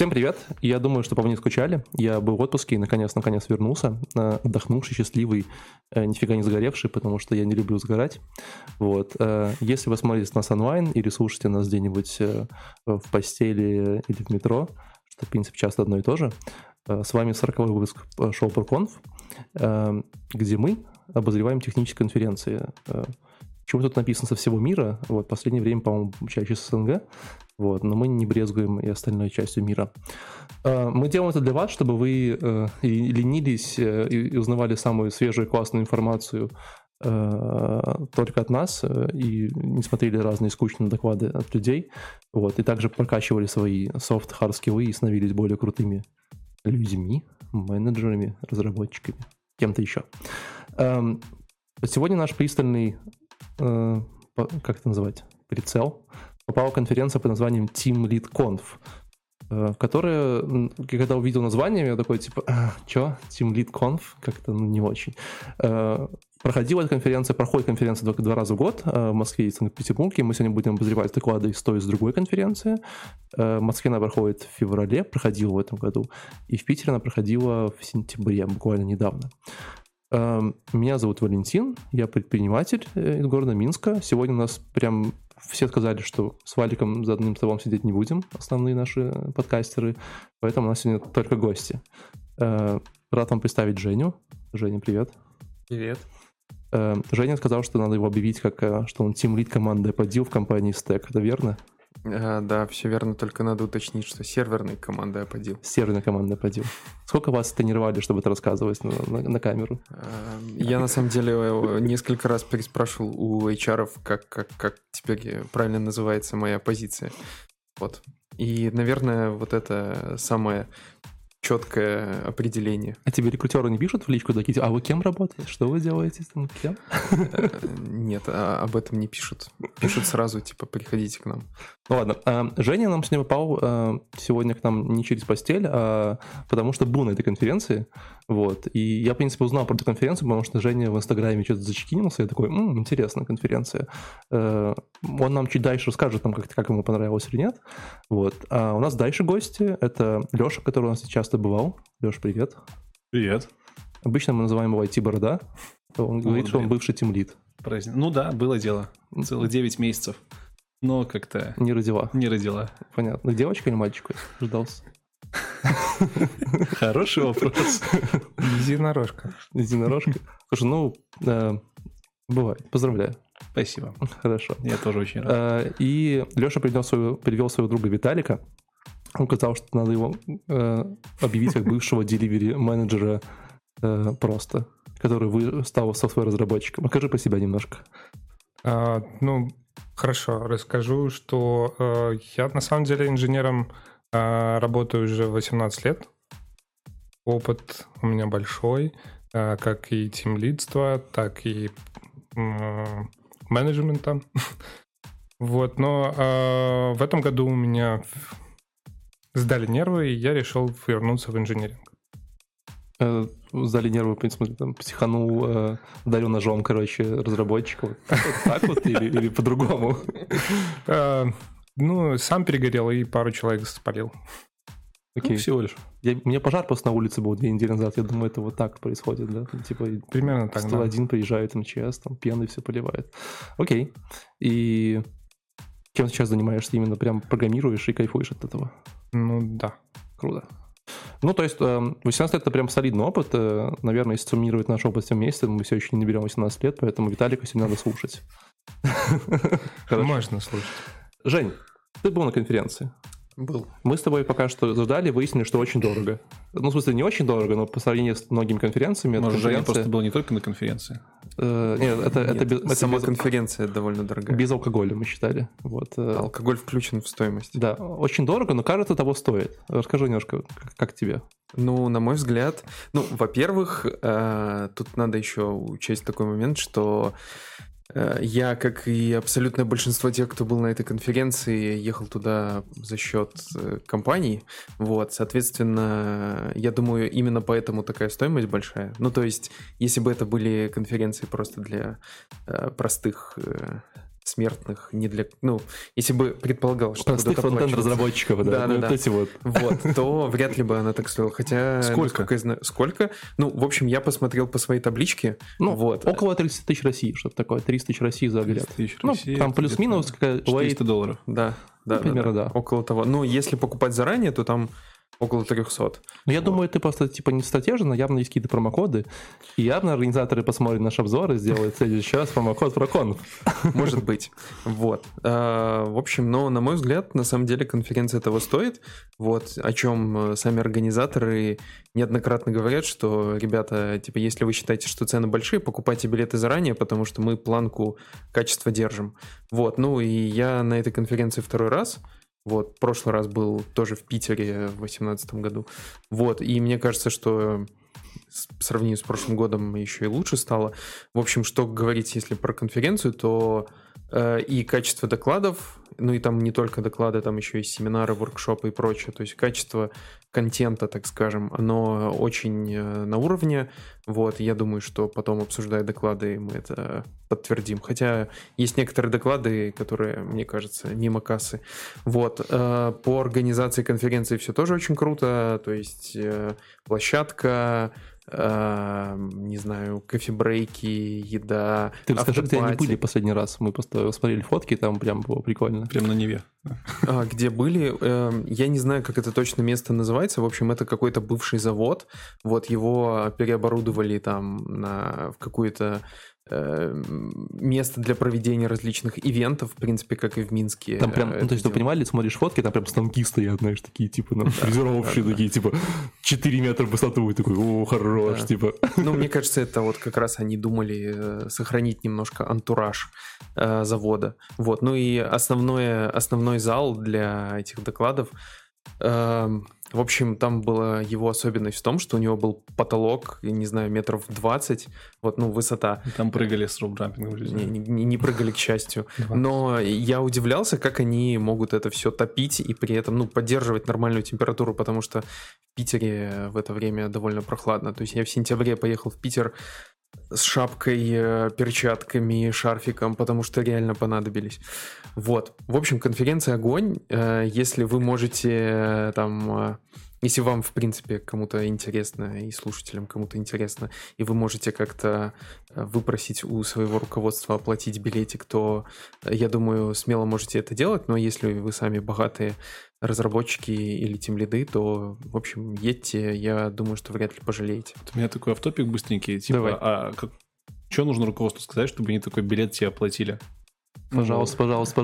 Всем привет! Я думаю, что по мне скучали. Я был в отпуске и наконец вернулся, отдохнувший, счастливый, нифига не загоревший, потому что я не люблю сгорать. Вот. Если вы смотрите нас онлайн или слушаете нас где-нибудь в постели или в метро, что, в принципе, часто одно и то же, с вами 40-й выпуск шоу ProConf, где мы обозреваем технические конференции. Чего тут написано со всего мира, вот, в последнее время, по-моему, чаще с СНГ, вот, но мы не брезгуем и остальной частью мира. Мы делаем это для вас, чтобы вы ленились и узнавали самую свежую классную информацию только от нас и не смотрели разные скучные доклады от людей, вот, и также прокачивали свои soft-hard скиллы и становились более крутыми людьми, менеджерами, разработчиками, кем-то еще. Сегодня наш пристальный как это называть, прицел, попала конференция под названием Team Lead Conf, которая, когда увидел название, я такой, типа, чё, Team Lead Conf? Как-то не очень. Проходит конференция только 2 раза в год в Москве и Санкт-Петербурге. Мы сегодня будем обозревать доклады из той и с другой конференции. В Москве она проходит в феврале, проходила в этом году, и в Питере она проходила в сентябре, буквально недавно. Меня зовут Валентин, я предприниматель из города Минска. Сегодня у нас прям все сказали, что с Валиком за одним столом сидеть не будем, основные наши подкастеры, поэтому у нас сегодня только гости. Рад вам представить Женю. Женя, привет. Привет. Женя сказал, что надо его объявить, что он тимлид команды Apodil в компании Stack. Это верно? Да, все верно, только надо уточнить, что серверной командой Apodil. Серверной командой Apodil. Сколько вас тренировали, чтобы это рассказывать на камеру? Я, на самом деле, несколько раз переспрашивал у HR-ов, как теперь правильно называется моя позиция. Вот. И, наверное, вот это самое четкое определение. А тебе рекрутеры не пишут в личку такие, а вы кем работаете? Что вы делаете? Там, кем? Нет, об этом не пишут. Пишут сразу, типа, приходите к нам. Ну ладно, Женя нам с ним попал сегодня к нам не через постель, а потому что был на этой конференции. Вот. И я, в принципе, узнал про эту конференцию, потому что Женя в Инстаграме что-то зачекинился. Я такой, интересная конференция. Он нам чуть дальше расскажет, там, как ему понравилось или нет. Вот. А у нас дальше гости. Это Леша, который у нас часто бывал. Леш, привет. Привет. Обычно мы называем его IT-борода. Он говорит, что он бывший тимлид. Ну да, было дело. Целых 9 месяцев. Но как-то... Не родила. Понятно. Девочка или мальчик ждался? Хороший вопрос. Единорожка. Слушай, бывает. Поздравляю. Спасибо. Хорошо. Я тоже очень рад. И Леша привел своего друга Виталика. Он сказал, что надо его объявить как бывшего деливери-менеджера просто, который стал софтвер-разработчиком. Расскажи про себя немножко. Хорошо, расскажу, что я на самом деле инженером работаю уже 18 лет. Опыт у меня большой, как и тимлидства, так и менеджмента. Вот, но в этом году у меня сдали нервы, и я решил вернуться в инженеринг. Сдали нервы, в принципе, там, психанул, ударил ножом, разработчика. Вот так вот или по-другому? Сам перегорел и пару человек спалил. Окей. Всего лишь. У меня пожар просто на улице был 2 недели назад. Я думаю, это вот так происходит, да? Типа примерно так, 101 приезжает МЧС, там пеной все поливает. Окей. И чем ты сейчас занимаешься? Именно прям программируешь и кайфуешь от этого? Да. Круто. То есть 18 лет — это прям солидный опыт. Наверное, если суммировать наш опыт все вместе, мы все еще не наберем 18 лет, поэтому Виталика сегодня надо слушать. Можно слушать. Жень, ты был на конференции? Был. Мы с тобой пока что ждали, выяснили, что очень дорого. В смысле, не очень дорого, но по сравнению с многими конференциями... Может, Женя просто был не только на конференции? Нет, сама конференция довольно дорогая. Без алкоголя мы считали. Вот. Алкоголь включен в стоимость. Да, очень дорого, но кажется, того стоит. Расскажи немножко, как тебе? На мой взгляд, во-первых, тут надо еще учесть такой момент, что я, как и абсолютное большинство тех, кто был на этой конференции, ехал туда за счет компаний. Вот, соответственно, я думаю, именно поэтому такая стоимость большая. То есть, если бы это были конференции просто для простых смертных, не для... Ну, если бы предполагал, что простых будут оплачиваться... фронтенд-разработчиков, да. Да. Вот эти вот. Вот, то вряд ли бы она так стоила. Хотя... Сколько? Я знаю, сколько? Ну, в общем, я посмотрел по своей табличке. Ну, вот. около 30 тысяч России, что-то такое. 30 тысяч России за взгляд. 30 тысяч Ну, России, там это плюс-минус где-то $400. Да, примерно, да. Около того. Ну, если покупать заранее, то там около 300. Ну, я думаю, ты просто типа не стратежен, а явно есть какие-то промокоды. И явно организаторы посмотрят наш обзор и сделают в следующий раз промокод ProConf. Может быть. Вот. В общем, но, на мой взгляд, на самом деле конференция этого стоит. Вот о чем сами организаторы неоднократно говорят, что, ребята, типа, если вы считаете, что цены большие, покупайте билеты заранее, потому что мы планку качества держим. Вот. Ну и я на этой конференции второй раз. Вот, прошлый раз был тоже в Питере в 2018 году. Вот, и мне кажется, что по сравнению с прошлым годом еще и лучше стало. В общем, что говорить, если про конференцию, то и качество докладов, ну и там не только доклады, там еще и семинары, воркшопы и прочее. То есть качество контента, так скажем, оно очень на уровне. Вот, я думаю, что потом, обсуждая доклады, мы это подтвердим. Хотя есть некоторые доклады, которые, мне кажется, мимо кассы. Вот, по организации конференции все тоже очень круто. То есть площадка, не знаю, кофе-брейки, еда. Ты расскажи, где они были последний раз. Мы просто смотрели фотки, там прям было прикольно. Прям на Неве. Где были? Я не знаю, как это точно место называется. В общем, это какой-то бывший завод. Вот его переоборудовали там в какую-то место для проведения различных ивентов, в принципе, как и в Минске. Там прям, ну, то есть, вы понимали, смотришь фотки, там прям станки стоят, знаешь, такие, типа, ну, фрезеровщие такие, типа, 4 метра в высоту, и такой, о, хорош, типа. Ну, мне кажется, это вот как раз они думали сохранить немножко антураж завода. Вот, ну и основной зал для этих докладов. В общем, там была его особенность в том, что у него был потолок, я не знаю, метров 20, вот, ну, высота. Там прыгали с роуп-джампингом. Не прыгали, к счастью. Но я удивлялся, как они могут это все топить и при этом, ну, поддерживать нормальную температуру, потому что в Питере в это время довольно прохладно. То есть я в сентябре поехал в Питер с шапкой, перчатками, шарфиком, потому что реально понадобились. Вот. В общем, конференция огонь. Если вы можете там... Если вам, в принципе, кому-то интересно, и слушателям кому-то интересно, и вы можете как-то выпросить у своего руководства оплатить билетик, то, я думаю, смело можете это делать, но если вы сами богатые разработчики или тимлиды, то, в общем, едьте, я думаю, что вряд ли пожалеете. У меня такой автопик быстренький, типа, Давай. Что нужно руководству сказать, чтобы они такой билет тебе оплатили? Пожалуйста.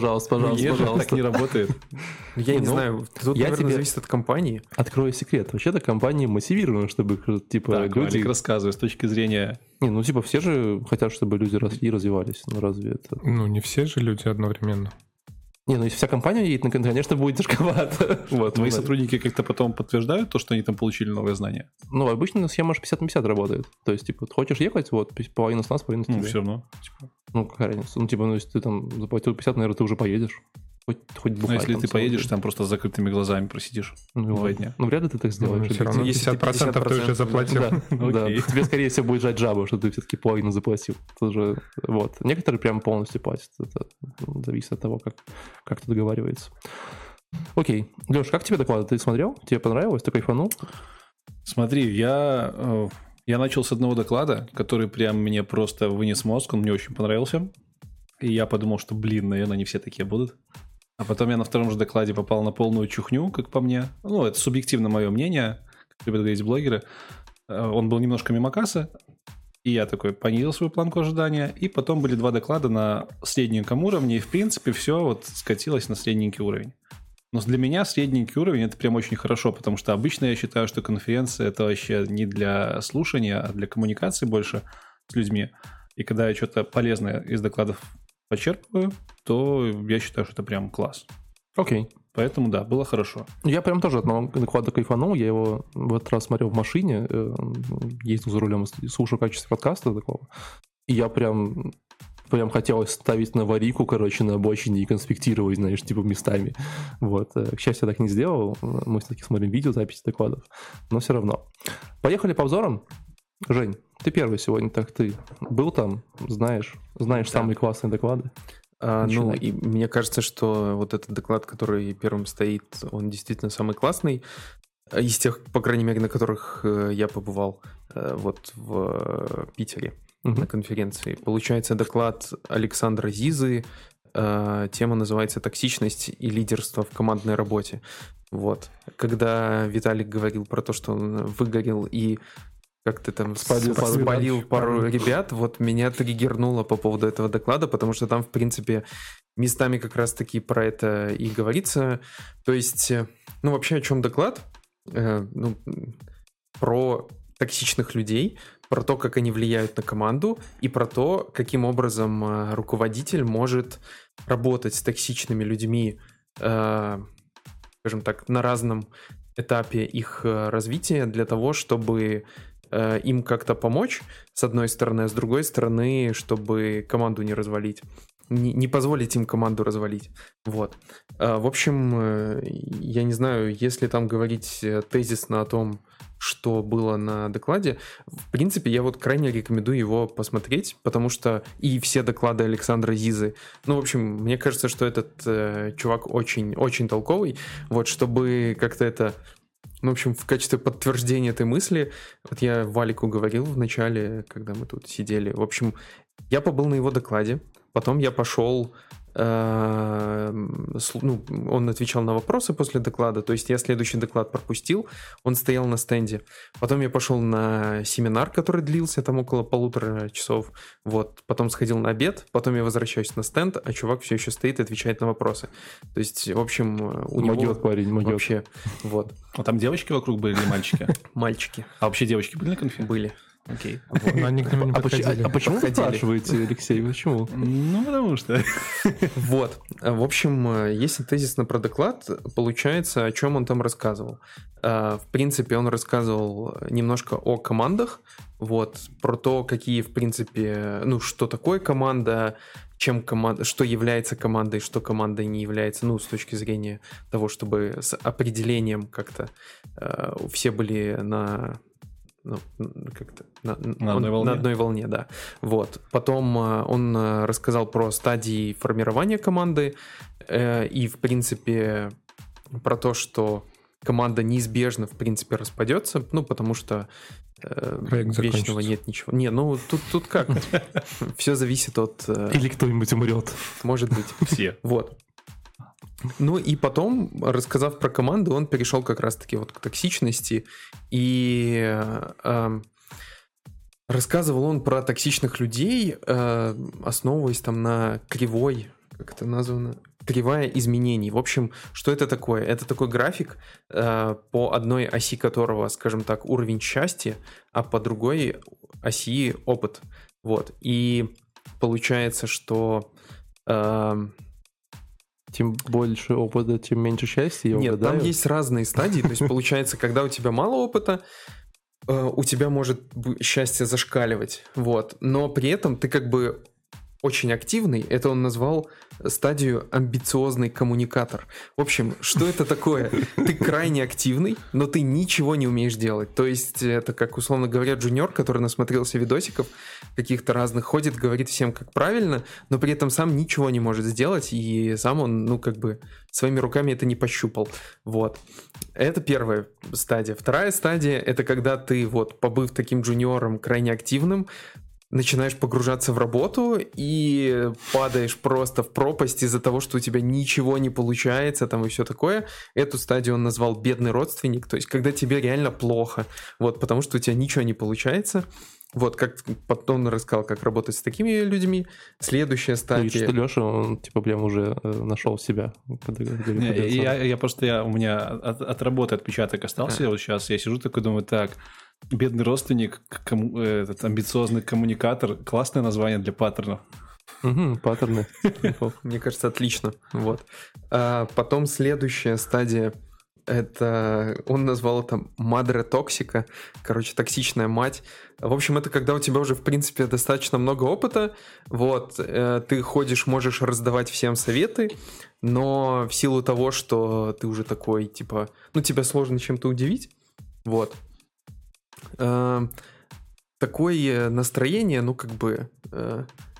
Нет, так не работает. Я не знаю, тут, наверное, зависит от компании. Открою секрет. Вообще-то компании мотивированы, чтобы, типа, Так, люди... Валик, рассказывай, с точки зрения... Не, ну, типа, все же хотят, чтобы люди росли и развивались. Ну, разве это... Ну, не все же люди одновременно. Не, ну, если вся компания едет на конференцию, конечно, будет тяжковато. Вот, Твои сотрудники как-то потом подтверждают то, что они там получили новые знания? Ну, обычно схема же 50 на 50 работает. То есть, типа, хочешь ехать, вот, половину с нас, половину с тебя. Ну, все равно. Типа. Ну, какая разница? Ну, типа, ну, если ты там заплатил 50, наверное, ты уже поедешь. Хоть бухать. Ну, если там ты поедешь, целый там просто с закрытыми глазами просидишь день. 2 дня. Ну, вряд ли ты так сделаешь. Все равно Если ты 50% ты уже заплатил. Да, Окей. тебе, скорее всего, будет жать жабу, что ты все-таки половину заплатил. Тоже, вот. Некоторые прям полностью платят. Это зависит от того, как ты договаривается. Окей. Леш, как тебе доклад? Ты смотрел? Тебе понравилось? Ты кайфанул? Смотри, я начал с одного доклада, который прям мне просто вынес мозг, он мне очень понравился. И я подумал, что, наверное, не все такие будут. А потом я на втором же докладе попал на полную чухню, как по мне. Ну, это субъективно мое мнение, как любят говорить блогеры. Он был немножко мимо кассы, и я такой понизил свою планку ожидания. И потом были 2 доклада на средненьком уровне, и, в принципе, все вот скатилось на средненький уровень. Но для меня средненький уровень — это прям очень хорошо, потому что обычно я считаю, что конференция — это вообще не для слушания, а для коммуникации больше с людьми. И когда я что-то полезное из докладов почерпываю, то я считаю, что это прям класс. Окей. Поэтому, да, было хорошо. Я прям тоже от нового доклада кайфанул. Я его в этот раз смотрел в машине, ездил за рулем и слушал качество подкаста такого. И я прям хотелось ставить на аварийку, короче, на обочине и конспектировать, знаешь, типа местами. Вот. К счастью, я так не сделал. Мы все-таки смотрим видеозаписи докладов. Но все равно. Поехали по обзорам. Жень, ты первый сегодня, так ты был там, знаешь Да. самые классные доклады? Ну, и мне кажется, что вот этот доклад, который первым стоит, он действительно самый классный. Из тех, по крайней мере, на которых я побывал вот в Питере на конференции. Получается доклад Александра Зизы. Тема называется «Токсичность и лидерство в командной работе». Вот. Когда Виталик говорил про то, что он выгорел и как-то там спалил пару ребят, вот меня триггернуло по поводу этого доклада, потому что там, в принципе, местами как раз-таки про это и говорится. То есть, ну, вообще, о чем доклад? Ну, про токсичных людей, про то, как они влияют на команду, и про то, каким образом руководитель может работать с токсичными людьми, скажем так, на разном этапе их развития для того, чтобы им как-то помочь, с одной стороны, а с другой стороны, чтобы команду не развалить. Не позволить им команду развалить. Вот. В общем, я не знаю, если там говорить тезисно о том, что было на докладе, в принципе, я вот крайне рекомендую его посмотреть, потому что и все доклады Александра Зизы, ну, в общем, мне кажется, что этот чувак очень толковый, вот, чтобы как-то это, ну, в общем, в качестве подтверждения этой мысли, вот я Валику говорил в начале, когда мы тут сидели, в общем, я побыл на его докладе, потом я пошел, ну, он отвечал на вопросы после доклада, то есть я следующий доклад пропустил, он стоял на стенде. Потом я пошел на семинар, который длился там около 1,5 часов, вот. Потом сходил на обед, потом я возвращаюсь на стенд, а чувак все еще стоит и отвечает на вопросы. То есть, в общем, у него... парень, могет. Вообще, вот. А там девочки вокруг были или мальчики? Мальчики. А вообще девочки были на конфе? Были. Окей. Вот. Но они к нему не подходили. А почему вы спрашиваете, Алексей? Почему? Ну, потому что... Вот. В общем, если тезисно про доклад, получается, о чем он там рассказывал. В принципе, он рассказывал немножко о командах, вот, про то, какие, в принципе, ну, что такое команда, чем команда, что является командой, что командой не является, ну, с точки зрения того, чтобы с определением как-то все были на... Ну, как-то на одной волне, да. Вот. Потом он рассказал про стадии формирования команды и, в принципе, про то, что команда неизбежно, в принципе, распадется, ну, потому что вечного нет ничего. Не, ну, тут как? Все зависит от... Или кто-нибудь умрет. Может быть. Все. Вот. Ну и потом, рассказав про команду, он перешел как раз-таки вот к токсичности, и рассказывал он про токсичных людей, основываясь там на кривой, как это названо, кривая изменений. В общем, что это такое? Это такой график, по одной оси которого, скажем так, уровень счастья, а по другой оси опыт. Вот. И получается, что... Тем больше опыта, тем меньше счастья. Нет, там есть разные стадии. То есть, получается, когда у тебя мало опыта, у тебя может счастье зашкаливать. Вот. Но при этом ты как бы очень активный. Это он назвал стадию амбициозный коммуникатор. В общем, что это такое? Ты крайне активный, но ты ничего не умеешь делать. То есть это, как условно говоря, джуниор, который насмотрелся видосиков каких-то разных, ходит, говорит всем, как правильно, но при этом сам ничего не может сделать, и сам он, ну, как бы своими руками это не пощупал. Вот. Это первая стадия. Вторая стадия — это когда ты, вот, побыв таким джуниором крайне активным, начинаешь погружаться в работу и падаешь просто в пропасть из-за того, что у тебя ничего не получается там и все такое. Эту стадию он назвал бедный родственник, то есть когда тебе реально плохо, вот, потому что у тебя ничего не получается. Вот, как потом он рассказал, как работать с такими людьми. Следующая стадия... Видишь, что Леша, он типа прям уже нашел себя. У меня от работы отпечаток остался, вот сейчас я сижу такой, думаю, так... Бедный родственник, этот амбициозный коммуникатор. Классное название для паттернов. Паттерны. Мне кажется, отлично. Вот. Потом следующая стадия, это он назвал это мадре токсика, короче, токсичная мать. В общем, это когда у тебя уже, в принципе, достаточно много опыта, вот, ты ходишь, можешь раздавать всем советы, но в силу того, что ты уже такой, типа, ну, тебя сложно чем-то удивить, вот. Такое настроение, ну, как бы,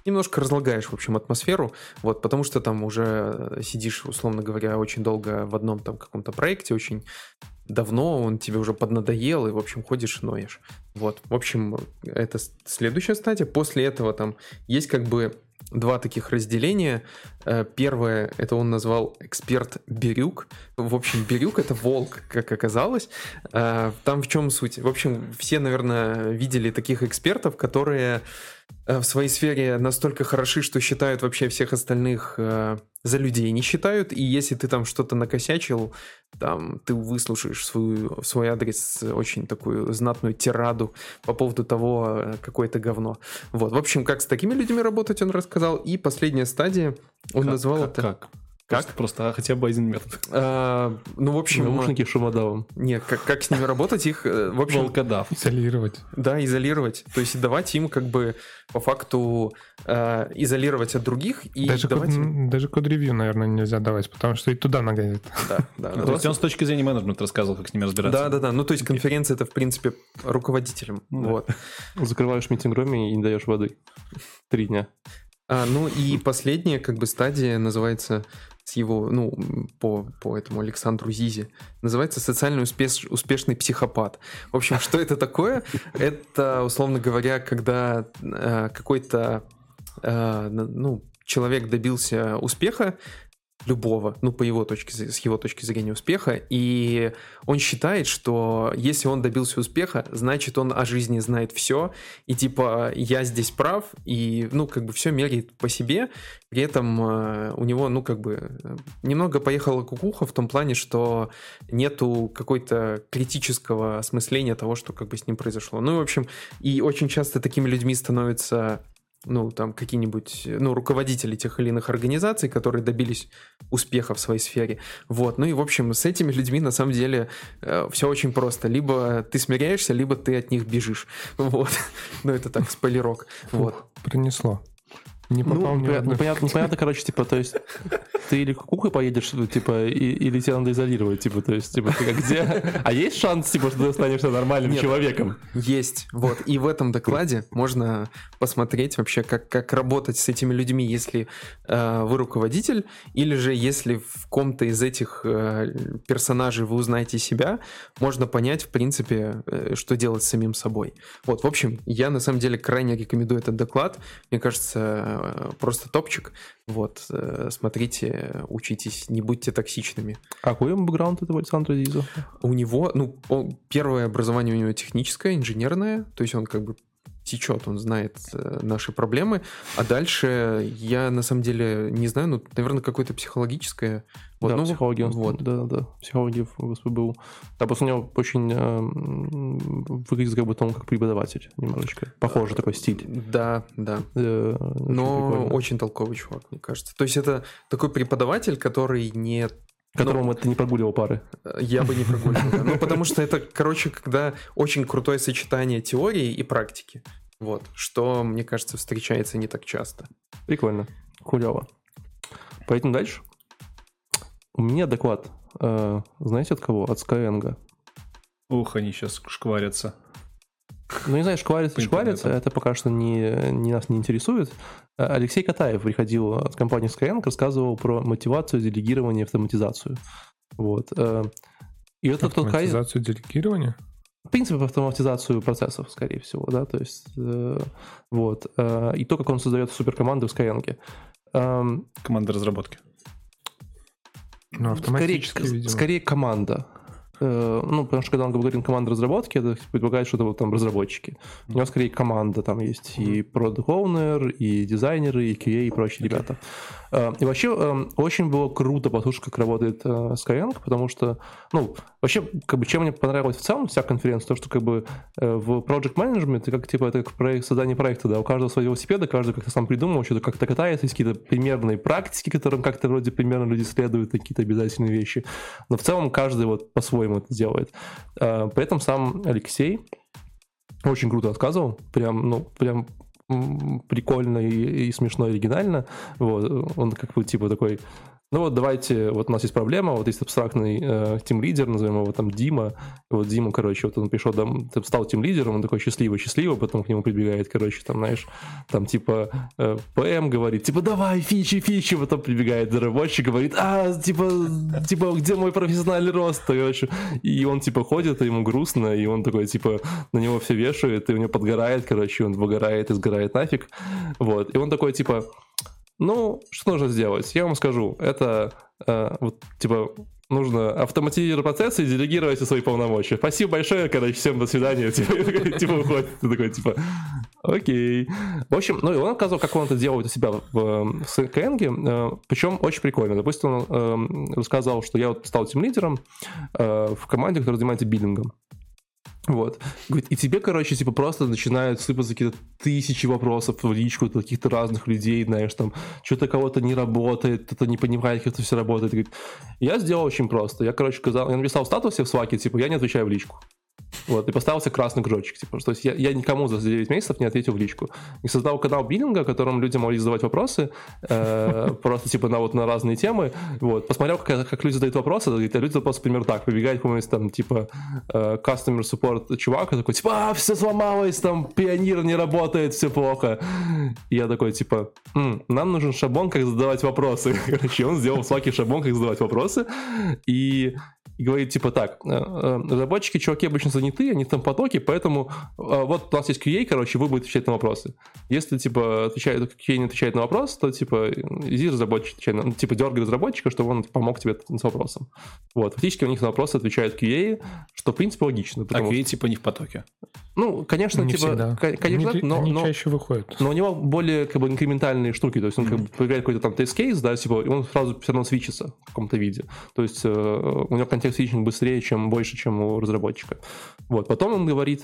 немножко разлагаешь, в общем, атмосферу, вот, потому что там уже сидишь, условно говоря, очень долго в одном там каком-то проекте, очень давно, он тебе уже поднадоел, и, в общем, ходишь и ноешь. Вот, в общем, это следующая стадия. После этого там есть как бы два таких разделения. Первое, это он назвал эксперт Бирюк. В общем, Бирюк — это волк, как оказалось. Там в чем суть? В общем, все, наверное, видели таких экспертов, которые в своей сфере настолько хороши, что считают вообще всех остальных за людей не считают, и если ты там что-то накосячил, там ты выслушаешь в свой адрес очень такую знатную тираду по поводу того, какое это говно. Вот, в общем, как с такими людьми работать, он рассказал. И последняя стадия, он назвал это... Как? Просто хотя бы один метод. Ну, в общем... Наушники шумодавом. Нет, как с ними работать, их, в общем... Волкодав. Изолировать. Да, изолировать. То есть давать им как бы по факту изолировать от других и даже давать им... Даже код-ревью, наверное, нельзя давать, потому что и туда нагонит. Да. То есть он с точки зрения менеджмента рассказывал, как с ними разбираться. Да. Ну, то есть конференция — это, в принципе, руководителем. Вот. Закрываешь митинг-руме и не даешь воды. 3 дня. Ну и последняя как бы стадия называется с его, ну, по этому Александру Зизе, называется социально успешный психопат. В общем, что это такое? Это, условно говоря, когда какой-то человек добился успеха, любого, ну, с его точки зрения успеха, и он считает, что если он добился успеха, значит, он о жизни знает все, и типа, я здесь прав, и, ну, как бы все меряет по себе, при этом у него, ну, как бы, немного поехала кукуха в том плане, что нету какой-то критического осмысления того, что как бы с ним произошло. Ну, и, в общем, и очень часто такими людьми становятся... ну, там, какие-нибудь, ну, руководители тех или иных организаций, которые добились успеха в своей сфере. Вот, ну и, в общем, с этими людьми, на самом деле, все очень просто. Либо ты смиряешься, либо ты от них бежишь. Вот. Ну, это так, спойлерок. Вот. Принесло. Не попал непонятно, короче, типа, то есть ты или кукухой поедешь, типа, или тебя надо изолировать, типа, то есть, типа, ты где? А есть шанс, типа, что ты останешься нормальным человеком? Есть, вот, и в этом докладе можно посмотреть вообще, как работать с этими людьми, если вы руководитель, или же если в ком-то из этих персонажей вы узнаете себя, можно понять, в принципе, что делать с самим собой. Вот, в общем, я, на самом деле, крайне рекомендую этот доклад, мне кажется, просто топчик. Вот, смотрите, учитесь, не будьте токсичными. А какой бэкграунд этого Александра Зиза? У него, ну, первое образование у него техническое, инженерное, то есть он как бы течет, он знает наши проблемы, а дальше я на самом деле не знаю, ну, наверное, какое-то психологическое. Вот, да, ну, психология. Вот. Да, психология в СПБУ. Да, просто у него очень выглядит как будто он как преподаватель немножечко. Похожий такой стиль. Да. Но очень толковый чувак, мне кажется. То есть это такой преподаватель, который не... Которому ты не прогуливал пары. Я бы не прогуливал. Да. Ну, потому что это, короче, когда очень крутое сочетание теории и практики. Вот. Что, мне кажется, встречается не так часто. Прикольно. Хуёво. Поэтому дальше. У меня доклад. Знаете от кого? От Skyeng. Ух, они сейчас шкварятся. Ну, не знаю, шкварится, это пока что нас не интересует. Алексей Катаев приходил от компании Skyeng, рассказывал про мотивацию, делегирование, автоматизацию. Вот. И это автоматизацию делегирования? В принципе, автоматизацию процессов, скорее всего, да, то есть вот. И то, как он создает суперкоманды в Skyeng. Команда разработки. Ну, автоматически, скорее команда. Ну, потому что когда он говорит команда разработки, это предполагает, что это вот там разработчики. У него скорее команда там есть и product owner, и дизайнеры, и QA, и прочие ребята. И вообще очень было круто послушать, как работает Skyeng, потому что, ну, вообще, как бы, чем мне понравилось в целом вся конференция, то, что как бы в project management, это как создание проекта, да, у каждого свой велосипед, каждый как-то сам придумал, что-то как-то катается, есть какие-то примерные практики, которым как-то вроде примерно люди следуют, какие-то обязательные вещи. Но в целом каждый вот по-своему это делает. При этом сам Алексей очень круто рассказывал, прям прикольно и смешно, и оригинально. Вот. Он как бы типа такой ну вот давайте, вот у нас есть проблема, вот есть абстрактный тимлидер, назовем его там Дима, и вот Дима, короче, вот он пришел, стал тимлидером, он такой счастливый, потом к нему прибегает, короче, там, знаешь, там типа ПМ говорит, типа, давай, фичи, потом прибегает разработчик, говорит, типа, где мой профессиональный рост, короче, и он типа ходит, и ему грустно, и он такой, типа, на него все вешает, и у него подгорает, короче, он выгорает и сгорает нафиг, вот, и он такой, типа, ну, что нужно сделать? Я вам скажу, это вот, типа, нужно автоматизировать процессы и делегировать все свои полномочия. Спасибо большое, короче, всем до свидания, типа, уходит. Ты такой, типа, окей. В общем, ну, и он оказывал, как он это делает у себя в Skyeng, причем очень прикольно. Допустим, он рассказал, что я вот стал тимлидером в команде, которая занимается биллингом. Вот. Говорит, и тебе, короче, типа просто начинают сыпаться какие-то тысячи вопросов в личку от каких-то разных людей, знаешь, там, что-то кого-то не работает, кто-то не понимает, как это все работает. Говорит, я сделал очень просто. Я, короче, сказал, я написал в статусе в Slack, типа, я не отвечаю в личку. Вот, и поставился красный кружочек, типа, то есть я никому за 9 месяцев не ответил в личку. И создал канал биллинга, в котором люди могли задавать вопросы, просто типа на разные темы. Вот, посмотрел, как люди задают вопросы, а люди задают просто примерно так, побегает, по-моему, там, типа, customer support чувак, такой, типа, все сломалось, там, пионер не работает, все плохо. И я такой, типа, нам нужен шаблон, как задавать вопросы. Короче, он сделал в Slack шаблон, как задавать вопросы, и говорит, типа, так, разработчики, чуваки обычно заняты, они там в потоке, поэтому вот у нас есть QA, короче, вы будете отвечать на вопросы. Если, типа, QA не отвечает на вопрос, то, типа, иди разработчик, типа, дергай разработчика, чтобы он помог тебе с вопросом. Вот, фактически у них на вопросы отвечает QA, что, в принципе, логично. QA, типа, не в потоке. Ну, конечно, не типа, всегда. конечно, они чаще выходят. Но у него более, как бы, инкрементальные штуки, то есть он, как бы, появляет какой-то там тест-кейс, да, типа, и он сразу все равно свитчится в каком-то виде. То есть у него контекст-свитчинг быстрее, чем больше, чем у разработчика. Вот, потом он говорит,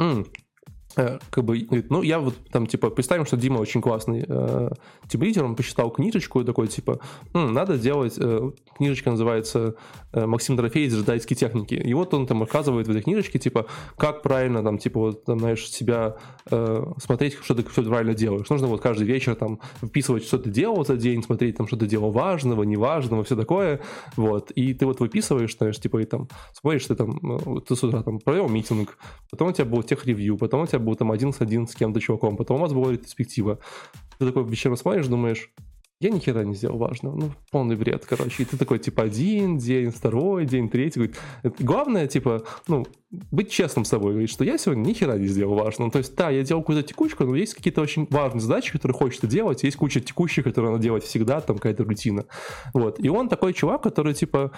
как бы, говорит, ну, я вот там, типа, представим, что Дима очень классный тимлидер, он посчитал книжечку и такой, типа, надо делать, книжечка называется «Максим Дорофеевич. Джедайские техники». И вот он там рассказывает в этой книжечке, типа, как правильно, там, типа, вот, там, знаешь, себя смотреть, что ты правильно делаешь. Нужно вот каждый вечер там выписывать, что ты делал за день, смотреть, там, что ты делал важного, неважного, все такое, вот. И ты вот выписываешь, знаешь, типа, и там смотришь, ты там, ты с утра там провел митинг, потом у тебя был тех-ревью, потом у тебя был там 1 с кем-то чуваком, потом у вас была ретроспектива. Ты такой вечером смотришь, думаешь, я ни хера не сделал важного. Ну, полный бред, короче. И ты такой, типа, 1 день, 2 день, 3. Говорит, главное, типа, ну, быть честным с собой. Говорит, что я сегодня ни хера не сделал важного. Ну, то есть, да, я делал какую-то текучку, но есть какие-то очень важные задачи, которые хочется делать. Есть куча текущих, которые надо делать всегда, там какая-то рутина. Вот. И он такой чувак, который, типа,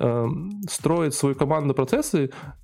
строит свою команду процессы,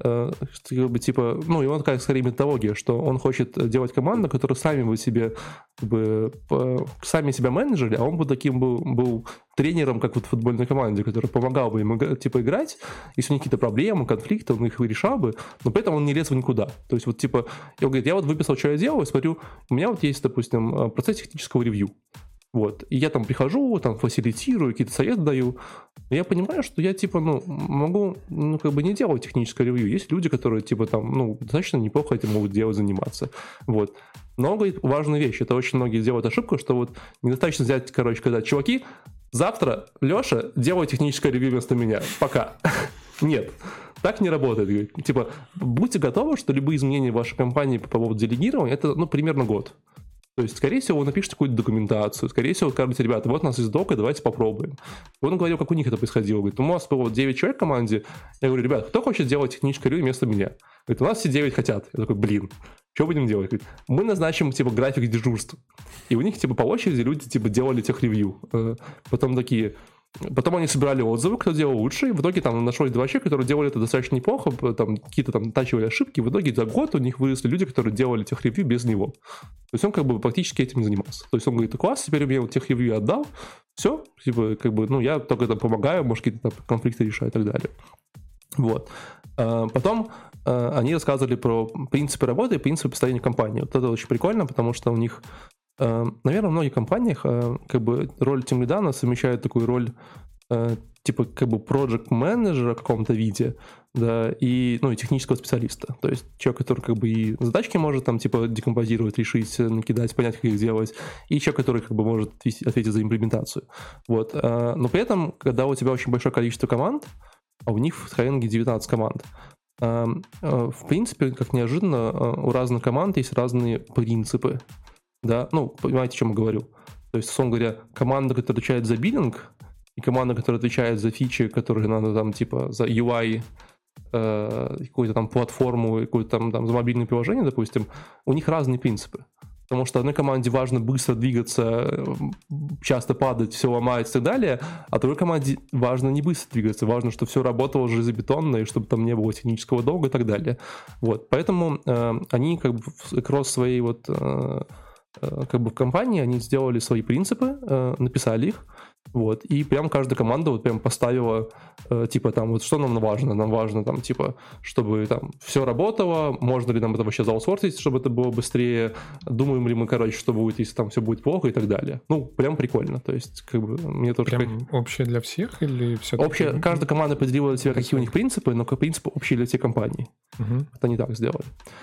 как бы, типа, ну, и он такая, скорее, методология, что он хочет делать команду, которая сами бы себе, как бы, сами себя менеджерили, а он бы таким был тренером, как вот в футбольной команде, который помогал бы им, типа, играть, если у них какие-то проблемы, конфликты, он их решал бы, но при этом он не лез в никуда. То есть вот, типа, он говорит, я вот выписал, что я делаю, смотрю, у меня вот есть, допустим, процесс технического ревью. Вот. И я там прихожу, там фасилитирую, какие-то советы даю. Но я понимаю, что я, типа, ну, могу, ну, как бы не делать техническое ревью. Есть люди, которые, типа, там, ну, достаточно неплохо этим могут делать, заниматься. Вот. Но, говорит, важная вещь. Это очень многие делают ошибку, что вот недостаточно взять, короче, сказать, чуваки, завтра, Леша, делай техническое ревью вместо меня. Пока. Нет. Так не работает. Говорит. Типа, будьте готовы, что любые изменения в вашей компании по поводу делегирования, это, ну, примерно год. То есть, скорее всего, вы напишите какую-то документацию, скорее всего, скажете, ребята, вот у нас есть дока, давайте попробуем. И он говорил, как у них это происходило. Говорит, у нас было 9 человек в команде. Я говорю, ребят, кто хочет делать техническое ревью вместо меня? Говорит, у нас все 9 хотят. Я такой, блин, что будем делать? Говорит, мы назначим, типа, график дежурств. И у них, типа, по очереди люди, типа, делали тех-ревью. Потом такие... Потом они собирали отзывы, кто делал лучше, и в итоге там нашлось 2 человека, которые делали это достаточно неплохо, там какие-то там тачивали ошибки, в итоге за год у них выросли люди, которые делали тех-ревью без него. То есть он как бы практически этим не занимался. То есть он говорит, класс, теперь мне вот тех-ревью отдал, все, типа, как бы, ну, я только там помогаю, может, какие-то там конфликты решаю и так далее. Вот. Потом они рассказывали про принципы работы и принципы построения компании. Вот это очень прикольно, потому что у них, наверное, в многих компаниях как бы роль тимлида совмещает такую роль типа как бы проект-менеджера в каком-то виде, да, и, ну, и технического специалиста. То есть человек, который как бы и задачки может там типа декомпозировать, решить, накидать, понять, как их делать, и человек, который как бы может ответить за имплементацию. Вот. Но при этом, когда у тебя очень большое количество команд, а у них в Skyeng 19 команд, в принципе, как неожиданно, у разных команд есть разные принципы. Да, ну, понимаете, о чем я говорю? То есть, условно говоря, команда, которая отвечает за биллинг, и команда, которая отвечает за фичи, которые надо там, типа, за UI, какую-то там платформу, какую-то там за мобильное приложение, допустим, у них разные принципы. Потому что одной команде важно быстро двигаться, часто падать, все ломать и так далее, а другой команде важно не быстро двигаться, важно, чтобы все работало железобетонно, и чтобы там не было технического долга и так далее. Вот. Поэтому они как бы across своей вот как бы в компании, они сделали свои принципы, написали их, вот, и прям каждая команда вот прям поставила, типа, там, вот что нам важно? Нам важно, там, типа, чтобы там все работало, можно ли нам это вообще заутсорсить, чтобы это было быстрее, думаем ли мы, короче, что будет, если там все будет плохо и так далее. Ну, прям прикольно, то есть, как бы, мне тоже... Прям общее для всех или все-таки... Общее, каждая команда определила для себя, какие у них принципы, но принципы общие для всей компании. Это они так сделали.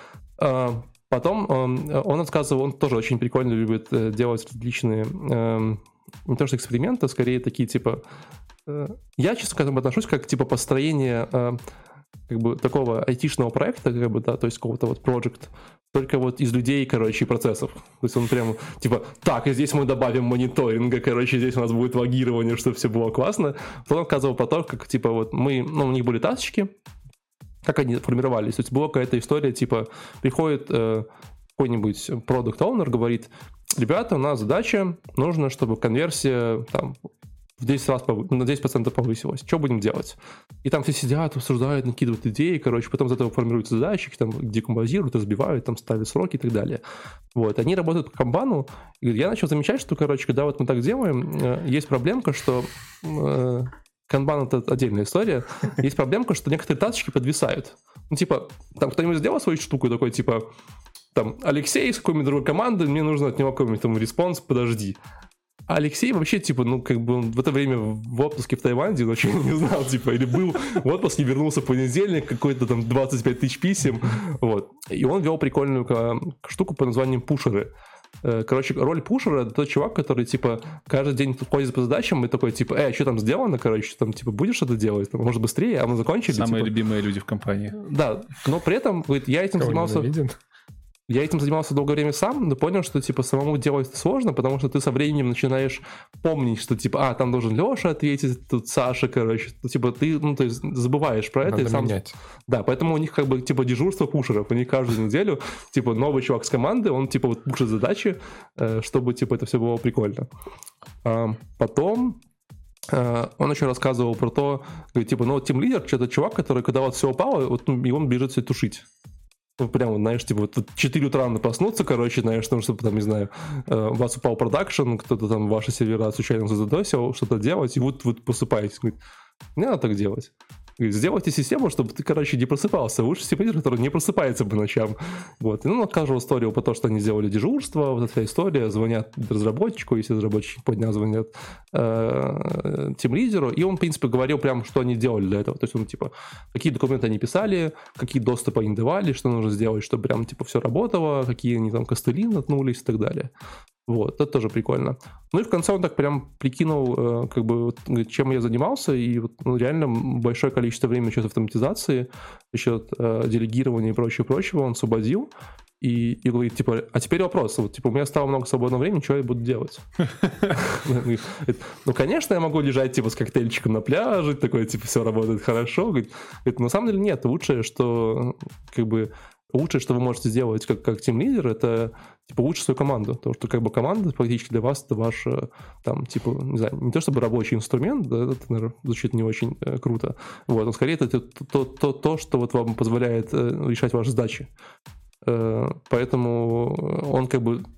Потом он рассказывал, он тоже очень прикольно любит делать различные, не то что эксперименты, скорее такие типа... Я, честно говоря, отношусь как типа построение как бы такого айтишного проекта, как бы, да, то есть какого-то вот проект, только вот из людей, короче, и процессов. То есть он прям типа, так, и здесь мы добавим мониторинга, короче, здесь у нас будет логирование, чтобы все было классно. Потом он рассказывал про то, как типа вот мы, ну, у них были тасочки, как они формировались. То есть была какая-то история, типа, приходит какой-нибудь продукт-оунер, говорит, ребята, у нас задача, нужно, чтобы конверсия там в 10 раз на 10% повысилась. Что будем делать? И там все сидят, обсуждают, накидывают идеи, короче, потом из этого формируются задачи, там декомпозируют, разбивают, там ставят сроки и так далее. Вот. Они работают по канбану. И я начал замечать, что, короче, когда вот мы так делаем, есть проблемка, что... Канбан — это отдельная история. Есть проблемка, что некоторые тасочки подвисают. Ну, типа, там кто-нибудь сделал свою штуку, такой, типа, там, Алексей из какой-нибудь другой команды, мне нужно от него какой-нибудь там респонс, подожди. А Алексей вообще, типа, ну, как бы он в это время в отпуске в Таиланде, вообще не знал, типа, или был в отпуске, вернулся в понедельник, какой-то там 25 тысяч писем, вот. И он вел прикольную штуку под названием пушеры. Короче, роль пушера — это тот чувак, который, типа, каждый день ходит по задачам и такой, типа, что там сделано, короче, там, типа, будешь что-то делать? Там, может, быстрее, а мы закончили? Самые типа... любимые люди в компании. Да, но при этом, говорит, я этим занимался долгое время сам, но понял, что, типа, самому делать это сложно, потому что ты со временем начинаешь помнить, что, типа, там должен Леша ответить, тут Саша, короче, типа, ты, ну, то есть, забываешь про это. Надо и сам... менять. Да, поэтому у них, как бы, типа, дежурство пушеров, у них каждую неделю, типа, новый чувак с команды, он, типа, вот пушит задачи, чтобы, типа, это все было прикольно. Потом... Он еще рассказывал про то, говорит, типа, ну, вот тимлидер, это чувак, который, когда вот все упало, вот, и он бежит все тушить. Ну, прям, знаешь, типа, вот 4 утра надо проснуться, короче, знаешь, потому что, там, не знаю, у вас упал продакшн, кто-то там ваши сервера случайно задосил, что-то делать, и вот посыпаетесь. Говорит, не надо так делать. Говорит, сделайте систему, чтобы ты, короче, не просыпался. Лучше симулятор, который не просыпается по ночам. Вот. И он рассказывал историю про то, что они сделали дежурство, вот эта история, звонят разработчику, если разработчики по дням звонят тимлидеру, и он, в принципе, говорил прям, что они делали для этого. То есть он, типа, какие документы они писали, какие доступы они давали, что нужно сделать, чтобы прям, типа, все работало, какие они там костыли наткнулись и так далее. Вот, это тоже прикольно. Ну и в конце он так прям прикинул, как бы, чем я занимался, и вот, ну, реально большое количество времени счет автоматизации, счет делегирования и прочего он освободил. И говорит, типа, а теперь вопрос, вот, типа, у меня стало много свободного времени, что я буду делать? Ну, конечно, я могу лежать, типа, с коктейльчиком на пляже, такое, типа, все работает хорошо. Говорит, на самом деле нет, лучшее, что, как бы, лучшее, что вы можете сделать как тимлидер, это, типа, улучшить свою команду. Потому что, как бы, команда практически для вас это ваш, там, типа, не знаю, не то чтобы рабочий инструмент, да, это, наверное, звучит не очень круто. Вот, но скорее это то, что вот вам позволяет решать ваши задачи. Поэтому он, как бы,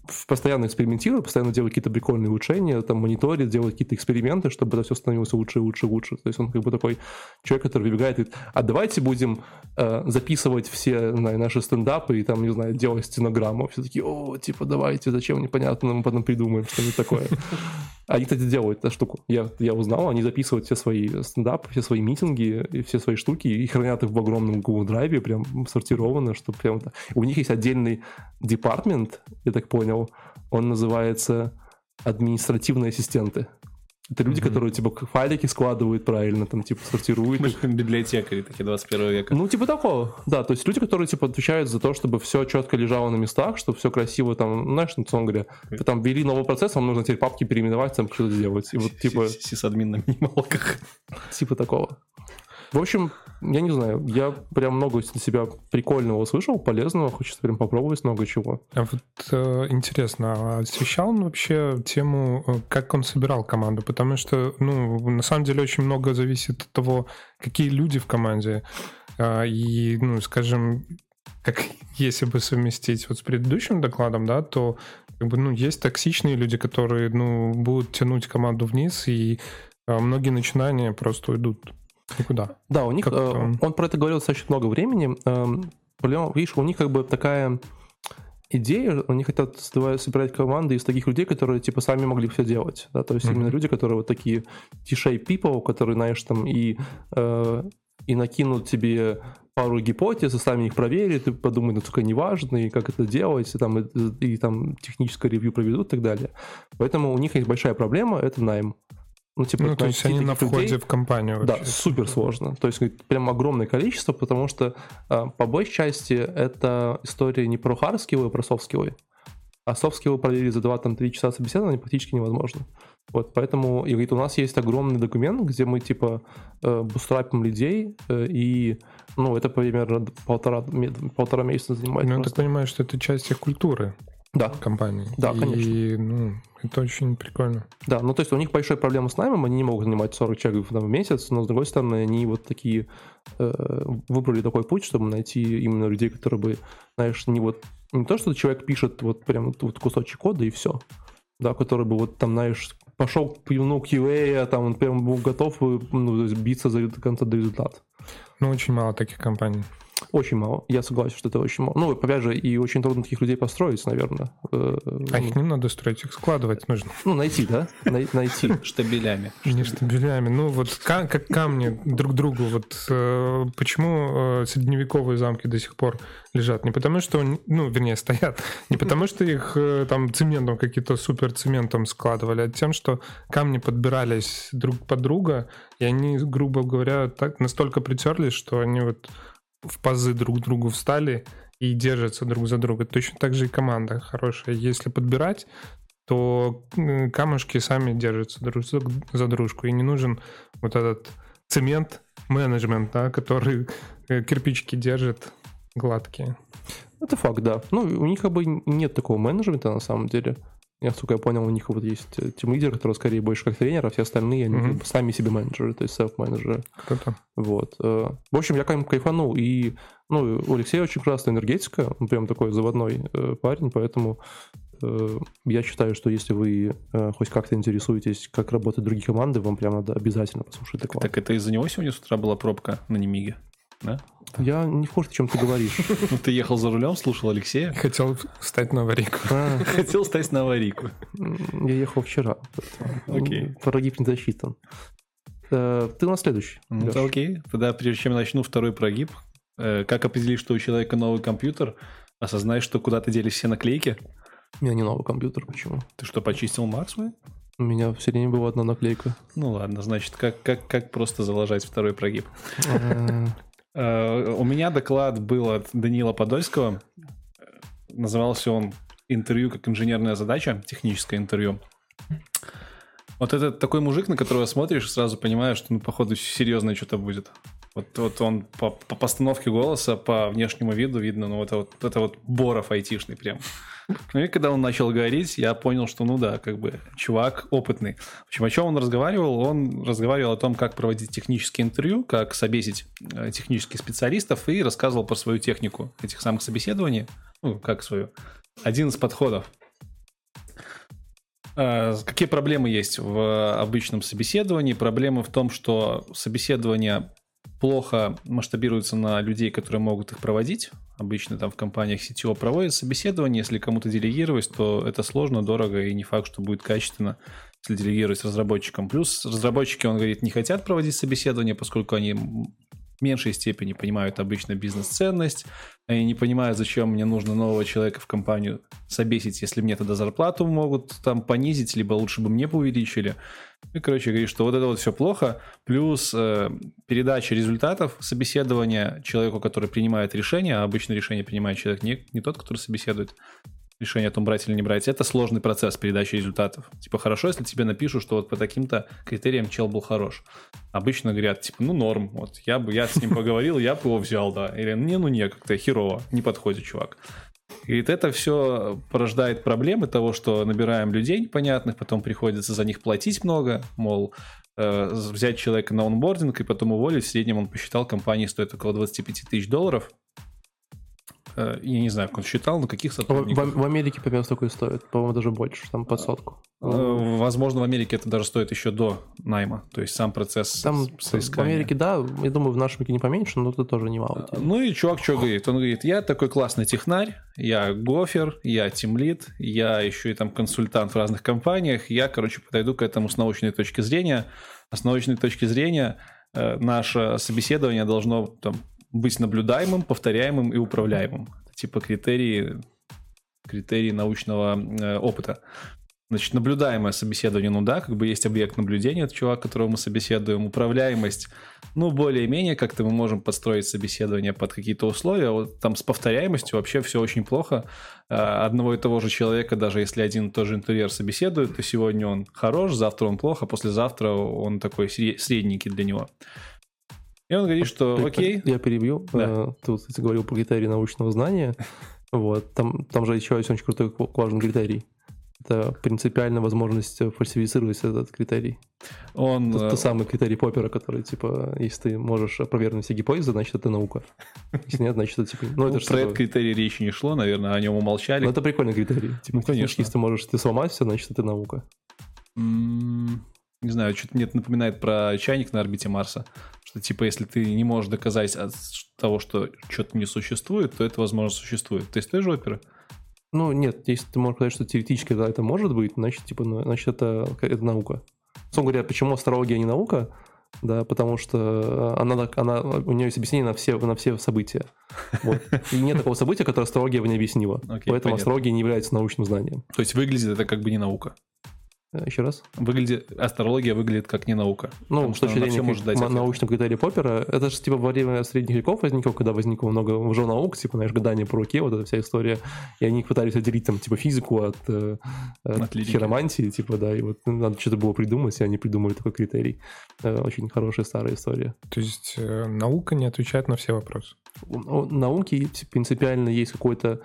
постоянно экспериментирует, постоянно делает какие-то прикольные улучшения, там мониторит, делает какие-то эксперименты, чтобы это все становилось лучше и лучше и лучше. То есть он как бы такой человек, который выбегает и говорит, а давайте будем записывать все наши стендапы и там, не знаю, делать стенограмму. Все такие, о, типа, давайте, зачем, непонятно, мы потом придумаем что-нибудь такое. Они, кстати, делают эту штуку. Я узнал, они записывают все свои стендапы, все свои митинги, и все свои штуки и хранят их в огромном Google Drive, прям сортировано, чтобы прям... У них есть отдельный департмент, я так понял, он называется административные ассистенты. Это люди, которые, типа, файлики складывают правильно, там, типа, сортируют. Библиотекари такие 21 века. Ну, типа такого, да. То есть люди, которые, типа, отвечают за то, чтобы все четко лежало на местах, чтобы все красиво, там, знаешь, условно говоря, вы там ввели новый процесс, вам нужно теперь папки переименовать, там, что-то сделать. И вот, типа... Сисадмин на минималках. Типа такого. В общем, я не знаю, я прям много для себя прикольного услышал, полезного, хочется прям попробовать много чего. А вот интересно, а освещал он вообще тему, как он собирал команду? Потому что, ну, на самом деле очень много зависит от того, какие люди в команде. И, ну, скажем, как если бы совместить вот с предыдущим докладом, да, то как бы, ну, есть токсичные люди, которые, ну, будут тянуть команду вниз, и многие начинания просто уйдут никуда. Да, у них, он про это говорил достаточно много времени. Проблема, видишь, у них как бы такая идея, они хотят собирать команды из таких людей, которые типа сами могли все делать. Да? То есть именно люди, которые вот такие T-shape people, которые, знаешь, там и накинут тебе пару гипотез, и сами их проверят, и подумают, насколько они важны, и как это делать, и там техническое ревью проведут и так далее. Поэтому у них есть большая проблема, это найм. Ну, типа, то есть они на входе людей, в компанию. Да, супер сложно. То есть прям огромное количество, потому что по большей части это история не про hard-скиллы, а про soft-скиллы. А soft-скиллы проверить за 2-3 часа собеседования практически невозможно. Вот, поэтому, и говорит, у нас есть огромный документ, где мы, типа, бустрапим людей, и, ну, это примерно полтора месяца занимает. Ну, я так понимаю, что это часть их культуры. Да. Компании. Да, конечно. И, ну, это очень прикольно. Да, ну то есть у них большая проблема с наймом, они не могут нанимать 40 человек в месяц, но с другой стороны, они вот такие выбрали такой путь, чтобы найти именно людей, которые бы, знаешь, не то, что человек пишет вот прям вот кусочек кода и все, да, который бы вот там, знаешь, пошел к QA, там он прям был готов биться до конца до результата. Ну, очень мало таких компаний. Очень мало. Я согласен, что это очень мало. Ну, опять же, и очень трудно таких людей построить, наверное. А их не надо строить, их складывать нужно. Ну, найти, да? Найти. Штабелями. Не штабелями. Ну, вот как камни друг другу. Вот почему средневековые замки до сих пор лежат? Не потому, что, ну, вернее, стоят. Не потому, что их там цементом, какие-то суперцементом складывали, а тем, что камни подбирались друг под друга, и они, грубо говоря, так настолько притерлись, что они вот в пазы друг к другу встали и держатся друг за друга. Точно так же и команда хорошая. Если подбирать, то камушки сами держатся друг за дружку. И не нужен вот этот цемент-менеджмент, да, который кирпичики держит гладкие. Это факт, да. Ну, у них как бы нет такого менеджмента на самом деле. Насколько я понял, у них вот есть тим-лидер, который скорее больше как тренер, а все остальные, они сами себе менеджеры, то есть селф-менеджеры. Круто. Вот. В общем, я кайфанул. И, ну, у Алексея очень классная энергетика, он прям такой заводной парень, поэтому я считаю, что если вы хоть как-то интересуетесь, как работают другие команды, вам прям надо обязательно послушать доклад. Так это из-за него сегодня с утра была пробка на Немиге? Да? Я не в курсе, о чем ты говоришь. Ты ехал за рулем, слушал Алексея? Хотел встать на аварийку. Хотел встать на аварийку. Я ехал вчера. Окей. Прогиб не засчитан. Ты у нас следующий. Окей. Тогда, прежде чем я начну второй прогиб, как определить, что у человека новый компьютер, осознай, что куда-то делись все наклейки? У меня не новый компьютер, почему? Ты что, почистил Mac свой? У меня все время была одна наклейка. Ну ладно, значит, как просто заложать второй прогиб? У меня доклад был от Даниила Подольского. Назывался он «Интервью как инженерная задача», техническое интервью. Вот это такой мужик, на которого смотришь и сразу понимаешь, что, ну, походу, серьезное что-то будет. Вот он по постановке голоса, по внешнему виду видно, ну, это вот Боров айтишный прям. Ну и когда он начал говорить, я понял, что, ну да, как бы чувак опытный. В общем, о чем он разговаривал? Он разговаривал о том, как проводить технические интервью, как собесить технических специалистов, и рассказывал про свою технику этих самых собеседований, ну, как свою. Один из подходов. Какие проблемы есть в обычном собеседовании? Проблема в том, что собеседование плохо масштабируется на людей, которые могут их проводить. Обычно там в компаниях CTO проводят собеседование. Если кому-то делегировать, то это сложно, дорого и не факт, что будет качественно, если делегировать разработчикам. Плюс разработчики, он говорит, не хотят проводить собеседование, поскольку они в меньшей степени понимают обычно бизнес-ценность. Они не понимают, зачем мне нужно нового человека в компанию собесить, если мне тогда зарплату могут там понизить, либо лучше бы мне увеличили. И, короче, говорит, что вот это вот все плохо. Плюс передача результатов собеседования человеку, который принимает решение, а обычно решение принимает человек не тот, который собеседует, решение о том, брать или не брать, это сложный процесс передачи результатов. Типа, хорошо, если тебе напишут, что вот по таким-то критериям чел был хорош. Обычно говорят, типа, ну, норм, вот, я с ним поговорил, я бы его взял, да. Или, не, как-то херово, не подходит чувак. И это все порождает проблемы того, что набираем людей непонятных, потом приходится за них платить много, мол, взять человека на онбординг и потом уволить. В среднем он посчитал, компании стоит около $25 тысяч. Я не знаю, как он считал, но каких сотрудников. В Америке примерно столько и стоит. По-моему, даже больше, там под 100. Возможно, в Америке это даже стоит еще до найма. То есть сам процесс там соискания. В Америке, да, я думаю, в нашем не поменьше, но это тоже немало. Ну и чувак что говорит? Он говорит, я такой классный технарь, я гофер, я тимлид, я еще и там консультант в разных компаниях. Я, подойду к этому с научной точки зрения. А с научной точки зрения наше собеседование должно там быть наблюдаемым, повторяемым и управляемым. Это типа критерии научного опыта. Значит, наблюдаемое собеседование, есть объект наблюдения, это чувак, которого мы собеседуем. Управляемость, более-менее как-то мы можем подстроить собеседование под какие-то условия. Вот там с повторяемостью вообще все очень плохо. Одного и того же человека, даже если один и тот же интервьюер собеседует, то сегодня он хорош, завтра он плохо, послезавтра он такой средненький для него. И он говорит, что окей. Я перебью. Да. Ты, кстати, говорил про критерии научного знания. Вот. Там же еще есть очень крутой, важный критерий. Это принципиальная возможность фальсифицировать этот критерий. Тот самый критерий Поппера, который, если ты можешь опровергнуть все гипотезы, значит, это наука. Если нет, значит, это про этот критерий речи не шло, наверное, о нем умолчали. Но это прикольный критерий. Конечно. Если ты можешь сломать все, значит, это наука. Не знаю, что-то мне это напоминает про чайник на орбите Марса. Что, если ты не можешь доказать от того, что что-то не существует, то это, возможно, существует. Ты из же оперы? Нет, если ты можешь сказать, что теоретически это может быть, значит, это наука. Собственно говоря, почему астрология не наука? Да, потому что у нее есть объяснение на все события. Вот. И нет такого события, которое астрология бы не объяснила. Поэтому понятно. Астрология не является научным знанием. То есть выглядит это не наука? Еще раз? Астрология выглядит как не наука. С точки зрения научного критерия Поппера, это же во время средних веков возникло, когда возникло много уже наук, гадания по руке, вот эта вся история, и они пытались отделить физику от хиромантии, и вот надо что-то было придумать, и они придумали такой критерий. Очень хорошая старая история. То есть наука не отвечает на все вопросы? У науки принципиально есть какой-то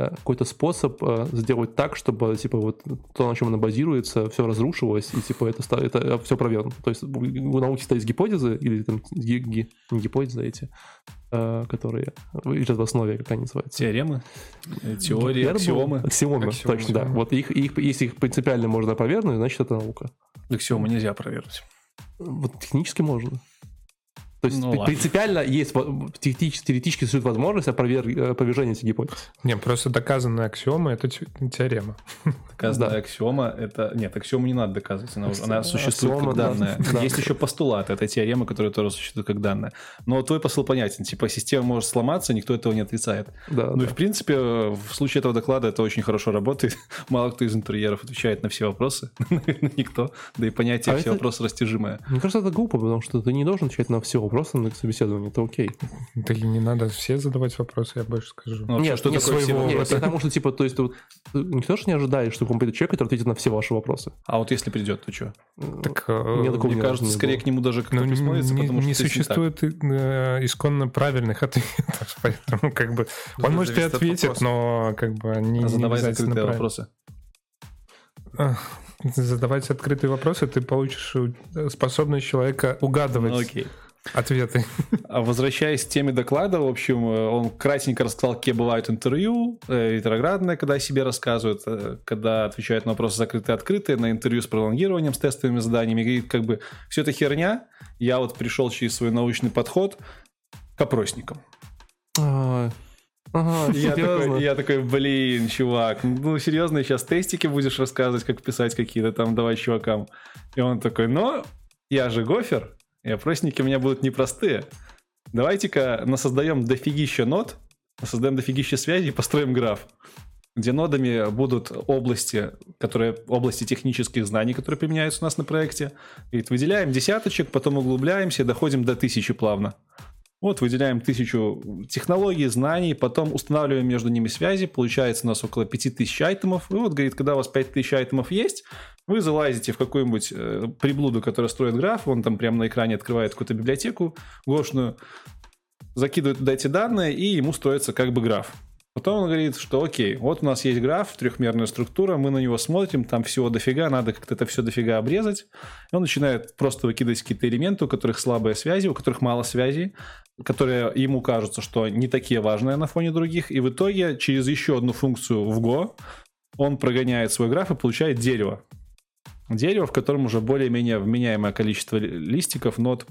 способ сделать так, чтобы то, на чем она базируется, все разрушилось, и это все проверено. То есть у науки стоят гипотезы, или не гипотезы эти, которые лежат в основе, как они называются. Теоремы? Теории? Аксиомы? Аксиомы, точно, да. Вот если их принципиально можно опровергнуть, значит, это наука. Аксиомы нельзя опровергнуть. Вот технически можно. То есть принципиально есть теоретически существует возможность опровержения этих гипотез. Просто доказанная аксиома — это теорема. Доказанная аксиома — это... Нет, аксиому не надо доказывать, она существует как данная. Да. Есть еще постулат, это теорема, которая тоже существует как данная. Но твой посыл понятен, система может сломаться, никто этого не отрицает. Да, и в принципе, в случае этого доклада это очень хорошо работает. Мало кто из интерьеров отвечает на все вопросы. Наверное, никто. Да и понятие все вопросы растяжимое. Мне кажется, это глупо, потому что ты не должен отвечать на все вопросы на собеседовании, это окей. Да и не надо все задавать вопросы, я больше скажу. Нет, потому что, никто же не ожидает, что какой-то человек, который ответит на все ваши вопросы. А вот если придет, то что? Мне кажется, скорее к нему даже кто-то присмотрится, потому что не существует исконно правильных ответов, поэтому он может и ответит, но не задавай закрытые вопросы. Задавать открытые вопросы, ты получишь способность человека угадывать Ответы. Возвращаясь к теме доклада, в общем, он кратенько рассказал, какие бывают интервью, ретроградные, когда о себе рассказывают, когда отвечают на вопросы закрытые-открытые, на интервью с пролонгированием, с тестовыми заданиями. Говорит, как бы, все это херня, я вот пришел через свой научный подход к опросникам. Я такой, блин, чувак, ну серьезно, сейчас тестики будешь рассказывать, как писать какие-то там, давай чувакам. И он такой, ну, я же гофер, и опросники у меня будут непростые. Давайте-ка насоздаем дофигища нод, насоздаем дофигища связей и построим граф, где нодами будут области технических знаний, которые применяются у нас на проекте. И выделяем десяточек, потом углубляемся и доходим до 1000 плавно. Вот, выделяем 1000 технологий, знаний, потом устанавливаем между ними связи, получается у нас около 5000 айтемов. И вот, говорит, когда у вас 5000 айтемов есть, вы залазите в какую-нибудь приблуду, которая строит граф, он там прямо на экране открывает какую-то библиотеку гошную, закидывает туда эти данные, и ему строится как бы граф. Потом он говорит, что окей, вот у нас есть граф, трехмерная структура, мы на него смотрим, там всего дофига, надо как-то это все дофига обрезать. И он начинает просто выкидывать какие-то элементы, у которых слабые связи, у которых мало связей, которые ему кажутся, что не такие важные на фоне других. И в итоге через еще одну функцию в Go он прогоняет свой граф и получает дерево. Дерево, в котором уже более-менее вменяемое количество листиков, нод.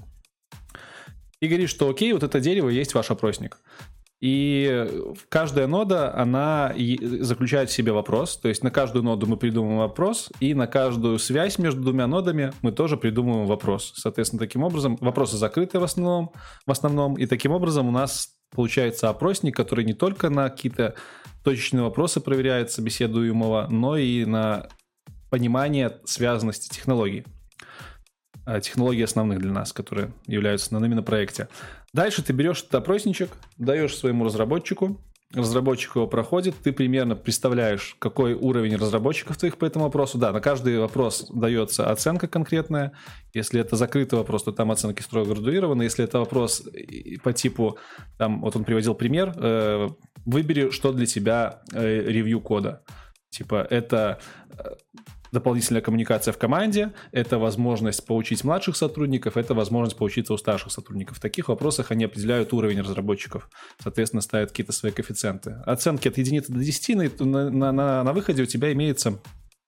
И говорит, что окей, вот это дерево есть ваш опросник. И каждая нода, она заключает в себе вопрос. То есть на каждую ноду мы придумываем вопрос, и на каждую связь между двумя нодами мы тоже придумываем вопрос. Соответственно, таким образом, вопросы закрыты в основном, и таким образом у нас получается опросник, который не только на какие-то точечные вопросы проверяет собеседуемого, но и на понимание связанности технологий. Технологий основных для нас, которые являются основными на проекте. Дальше ты берешь этот опросничек, даешь своему разработчику, разработчик его проходит, ты примерно представляешь, какой уровень разработчиков твоих по этому вопросу. Да, на каждый вопрос дается оценка конкретная. Если это закрытый вопрос, то там оценки строго градуированы. Если это вопрос по типу, там, вот он приводил пример, выбери, что для тебя ревью кода. Типа, это дополнительная коммуникация в команде, это возможность поучить младших сотрудников, это возможность поучиться у старших сотрудников. В таких вопросах они определяют уровень разработчиков, соответственно, ставят какие-то свои коэффициенты. Оценки от единицы до 10 на выходе у тебя имеется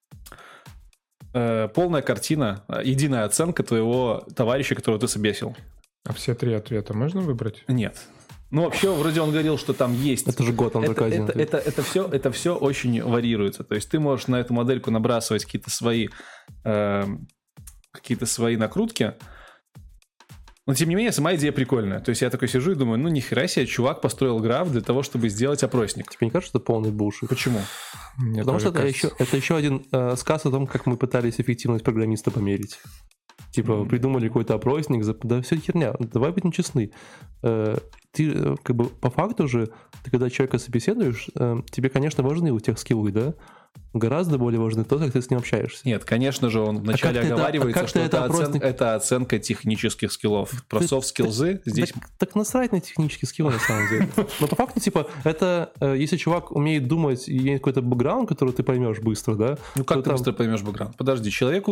полная картина, единая оценка твоего товарища, которого ты собесил. А все 3 ответа можно выбрать? Нет. Ну, вообще, вроде он говорил, что там есть... Это же год, он только один. Это все очень варьируется. То есть ты можешь на эту модельку набрасывать какие-то свои накрутки, но, тем не менее, сама идея прикольная. То есть я такой сижу и думаю, ну, нихера себе, чувак построил граф для того, чтобы сделать опросник. Тебе не кажется, что это полный булшит? Почему? Мне Потому что кажется. это еще один сказ о том, как мы пытались эффективность программиста померить. Типа, придумали какой-то опросник, да все херня, давай будем честны. Ты, как бы, по факту же, ты когда человека собеседуешь, тебе, конечно, важны его тех-скиллы, да? Гораздо более важно то, как ты с ним общаешься. Нет, конечно же, он вначале оговаривается, что это оценка технических скиллов. Про софт-скиллзы здесь... Так насрать на технические скиллы, на самом деле. Но по факту, типа, это, если чувак умеет думать, и есть какой-то бэкграунд, который ты поймешь быстро, да? Ну, как ты быстро поймешь бэкграунд? Подожди, знания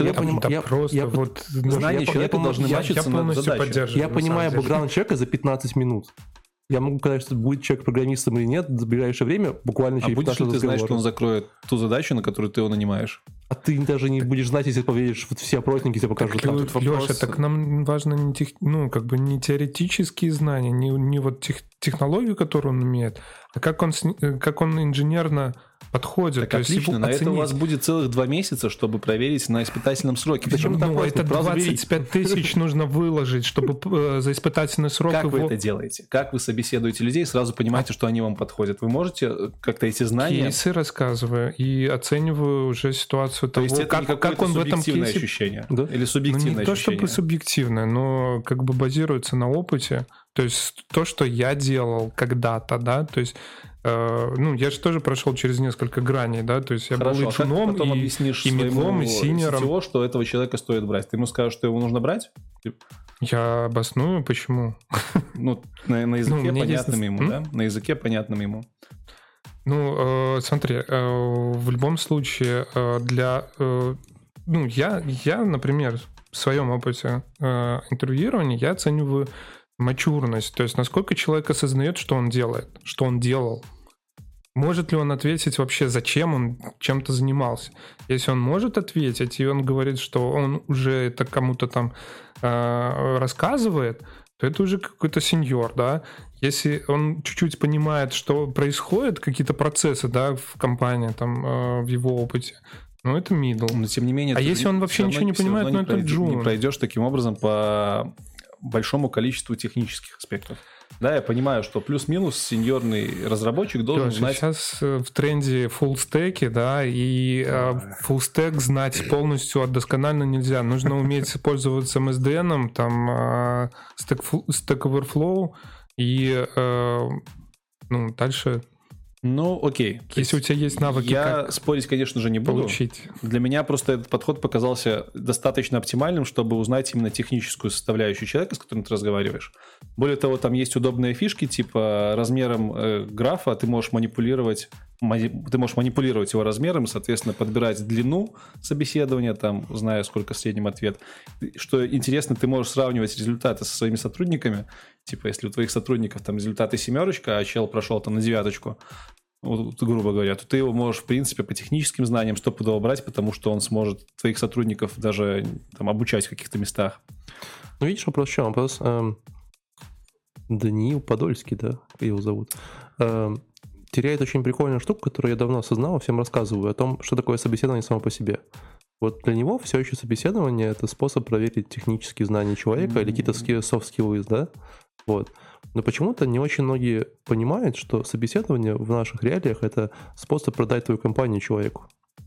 человека должны мачиться на задачу. Я понимаю бэкграунд человека за 15 минут. Я могу сказать, что будет человек программистом или нет в ближайшее время, буквально через 15 минут. А будешь ли ты знать, что он закроет ту задачу, на которую ты его нанимаешь? А ты даже не будешь знать, если поверишь, вот все опросники тебе покажут. Леша, так нам важно не теоретические знания, не вот технологию, которую он имеет, а как он инженерно подходит. Так отлично, на это у вас будет целых 2 месяца, чтобы проверить на испытательном сроке. Зачем это 25 тысяч нужно выложить, чтобы за испытательный срок... Как вы это делаете? Как вы собеседуете людей, сразу понимаете, что они вам подходят? Вы можете как-то эти знания... Кейсы рассказываю и оцениваю уже ситуацию того, есть это как он в этом кейсе... ощущение? Да? Или субъективное ощущение? Не то чтобы субъективное, но как бы базируется на опыте. То есть то, что я делал когда-то, да, то есть я же тоже прошел через несколько граней, да, то есть я был и джуном, потом объяснишь и медлом, и синером. CTO, что этого человека стоит брать. Ты ему скажешь, что его нужно брать? Я обосную, почему. Ну, на языке понятным ему, да? На языке понятным ему. Ну, смотри, в любом случае, я, например, в своем опыте интервьюирования я оцениваю мачурность, то есть насколько человек осознает, что он делает, что он делал. Может ли он ответить вообще, зачем он чем-то занимался? Если он может ответить, и он говорит, что он уже это кому-то там рассказывает, то это уже какой-то сеньор, да. Если он чуть-чуть понимает, что происходит, какие-то процессы, да, в компании, там, в его опыте, ну, это middle. Но тем не менее... А если он вообще ничего не понимает, ну, это джун. Не пройдешь таким образом по большому количеству технических аспектов. Да, я понимаю, что плюс-минус сеньорный разработчик должен знать... Сейчас в тренде фуллстеки, да, и фуллстек знать полностью досконально нельзя. Нужно уметь пользоваться MSDN, там, Stack Overflow, и дальше... Ну, окей. Если у тебя есть навыки, я спорить, конечно же, не буду. Получить. Для меня просто этот подход показался достаточно оптимальным, чтобы узнать именно техническую составляющую человека, с которым ты разговариваешь. Более того, там есть удобные фишки, типа размером графа ты можешь манипулировать его размером, соответственно, подбирать длину собеседования, там, зная, сколько в среднем ответ. Что интересно, ты можешь сравнивать результаты со своими сотрудниками. Типа, если у твоих сотрудников там результаты 7, а чел прошел там на 9, вот, грубо говоря, то ты его можешь, в принципе, по техническим знаниям стопудово брать, потому что он сможет твоих сотрудников даже там обучать в каких-то местах. Ну, видишь, вопрос в чем? Вопрос Даниил Подольский, да, его зовут, теряет очень прикольную штуку, которую я давно осознал, всем рассказываю, о том, что такое собеседование само по себе. Вот для него все еще собеседование — это способ проверить технические знания человека или какие-то soft skills, да? Вот. Но почему-то не очень многие понимают, что собеседование в наших реалиях — это способ продать твою компанию человеку.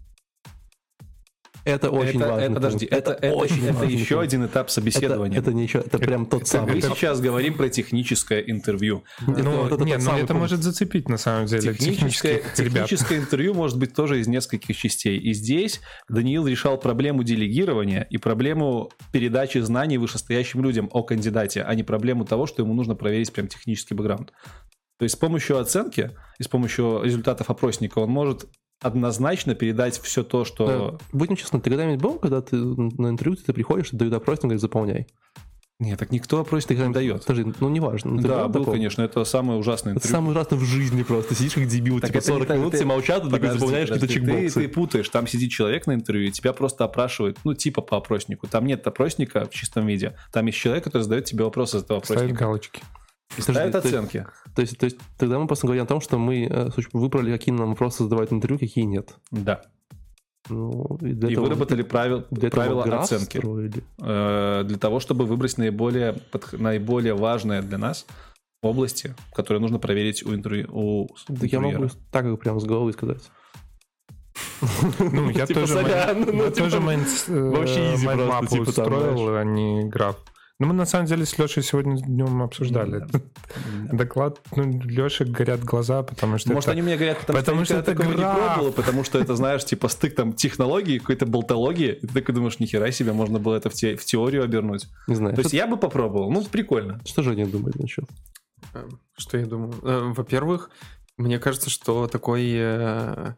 Это очень важно. Подожди, это еще один этап собеседования. Это не еще, это прям тот самый. Мы сейчас говорим про техническое интервью. Но это может зацепить, на самом деле, техническое интервью может быть тоже из нескольких частей. И здесь Даниил решал проблему делегирования и проблему передачи знаний вышестоящим людям о кандидате, а не проблему того, что ему нужно проверить прям технический бэкграунд. То есть с помощью оценки и с помощью результатов опросника он может однозначно передать все то, что... Да. Будем честны, ты когда-нибудь был, когда ты на интервью ты приходишь, ты дают опросник, говорит, заполняй? Нет, так никто опросник не дает. Подожди, неважно. Да, был, конечно, это самое ужасное интервью. Это самое ужасное в жизни просто. Сидишь как дебил, типа 40 минут, все молчат, ты заполняешь какие-то чекбоксы. Ты путаешь, там сидит человек на интервью, тебя просто опрашивают, типа по опроснику. Там нет опросника в чистом виде. Там есть человек, который задает тебе вопросы из этого опросника. Ставит галочки. Ставит оценки. То есть тогда мы просто говорим о том, что мы выбрали, какие нам вопросы задавать в интервью, какие нет. Да. И выработали правила оценки. Для того, чтобы выбрать наиболее важные для нас области, которые нужно проверить у интервьюера. Я могу так как прямо с головы сказать. Ну, я тоже майндмапу устроил, а не граф. Ну, мы на самом деле с Лешей сегодня днем обсуждали доклад. Леше горят глаза, потому что Может, они у меня горят, потому что я такого не пробовал, потому что это, знаешь, типа стык там технологии, какой-то болтологии. И ты такой думаешь, нихера себе, можно было это в теорию обернуть. Не знаю. То есть я бы попробовал. Прикольно. Что же они думают насчет? Что я думаю? Во-первых, мне кажется, что такой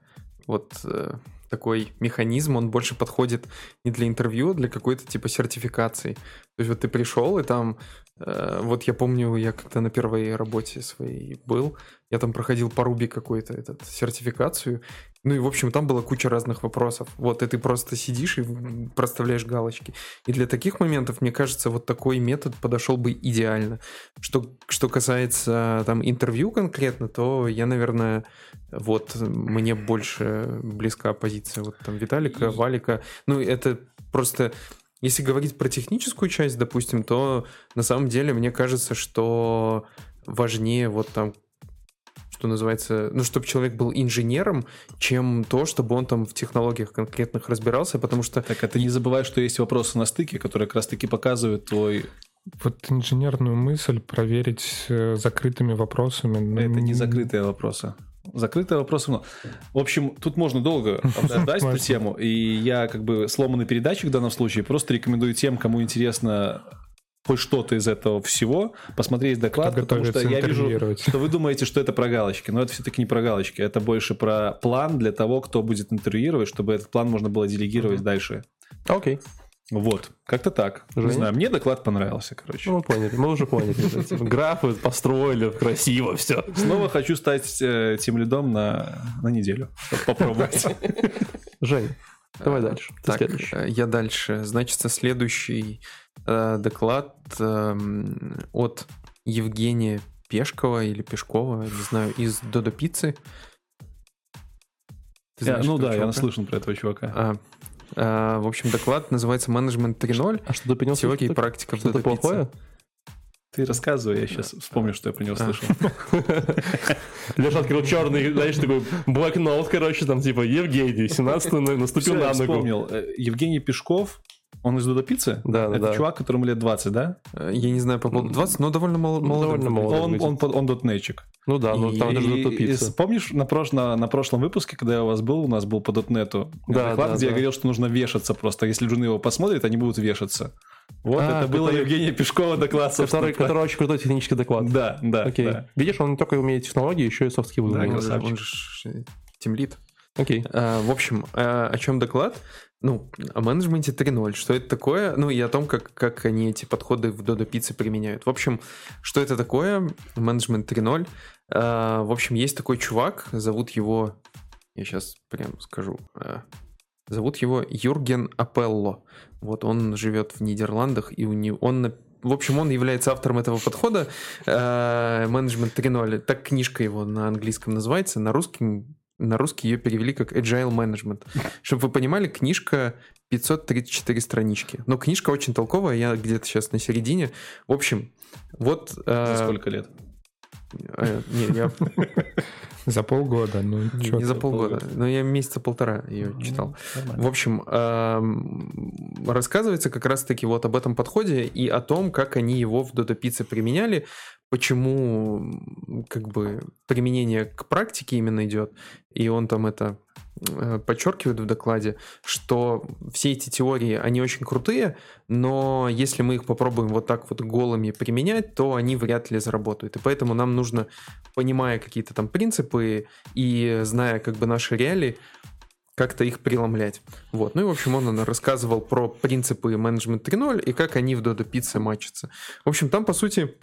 механизм, он больше подходит не для интервью, а для какой-то типа сертификации. То есть вот ты пришел, и там, вот я помню, я когда на первой работе своей был, я там проходил по Ruby какую-то сертификацию, и, в общем, там была куча разных вопросов. Вот, и ты просто сидишь и проставляешь галочки. И для таких моментов, мне кажется, вот такой метод подошел бы идеально. Что касается там интервью конкретно, то я, наверное, мне больше близка позиция там Виталика, Валика. Это просто... Если говорить про техническую часть, допустим, то на самом деле мне кажется, что важнее что называется, чтобы человек был инженером, чем то, чтобы он там в технологиях конкретных разбирался, потому что... Так, а ты не забывай, что есть вопросы на стыке, которые как раз-таки показывают твой... Вот инженерную мысль проверить закрытыми вопросами... Это не закрытые вопросы. Закрытые вопросы. В общем, тут можно долго обсуждать эту тему, и я сломанный передатчик в данном случае просто рекомендую тем, кому интересно хоть что-то из этого всего, посмотреть доклад, потому что я вижу, что вы думаете, что это про галочки, но это все-таки не про галочки, это больше про план для того, кто будет интервьюировать, чтобы этот план можно было делегировать дальше. Окей. Вот, как-то так. Женя? Не знаю, мне доклад понравился, короче. Ну, мы поняли, мы уже поняли. Типа, графы построили, красиво, все. Снова хочу стать тимлидом на неделю, чтобы попробовать. Жень, давай дальше. Ты Так, следующий. я дальше. Значит, следующий доклад от Евгения Пешкова или Пешкова, не знаю, из Додо Пиццы. Ты знаешь Ну этого да, я чувака? наслышан про этого чувака. В общем, доклад называется «Менеджмент 3.0. А что ты принес? Теория и практика в Что-то Додо Пицце». плохое? Ты рассказывай, я сейчас вспомню, что я про него слышал. Леша открыл черный, знаешь, такой блокнот, короче, там типа Евгений, 17-й наступил Всё, я на ногу. вспомнил. Евгений Пешков, он из Додо Пиццы? Да, да, Это да. чувак, которому лет 20, да? Я не знаю по поводу 20, но довольно молодой. довольно молодой. Он дотнетчик. Ну да, ну там даже И дотупиться. помнишь, на прошлом выпуске, когда я у вас был, у нас был по дотнету Да, доклад, да, где я да. говорил, что нужно вешаться просто. Если жены его посмотрят, они будут вешаться. Вот это было который- Евгения Пешкова доклад, собственно. Который очень крутой технический доклад. Да, да, Окей. да. Видишь, он не только умеет технологии, еще и софт-скиллы Да, умеет. красавчик. Он же тимлид. Окей. В общем, о чем доклад? Ну, о менеджменте 3.0. Что это такое? Ну, и о том, как они эти подходы в Додо Пицце применяют. В общем, что это такое? Менеджмент 3.0. В общем, есть такой чувак, зовут его... Я сейчас прям скажу. Зовут его Юрген Апелло. Вот он живет в Нидерландах, и в общем, он является автором этого подхода. Менеджмент 3.0. Так книжка его на английском называется. На русский ее перевели как Agile Management. Чтобы вы понимали, книжка 534 странички. Но книжка очень толковая, я где-то сейчас на середине. В общем, вот... За сколько лет? Не, я За полгода, ну чё не за ты. полгода, но я месяца полтора ее читал. В общем, рассказывается как раз-таки вот об этом подходе и о том, как они его в Додо Пицце применяли, почему как бы применение к практике именно идет, и он там это подчеркивает в докладе, что все эти теории, они очень крутые, но если мы их попробуем вот так вот голыми применять, то они вряд ли заработают. И поэтому нам нужно, понимая какие-то там принципы и зная как бы наши реалии, как-то их преломлять. Вот. Ну и, в общем, он рассказывал про принципы менеджмент 3.0 и как они в Додо Пицце матчатся. В общем, там, по сути,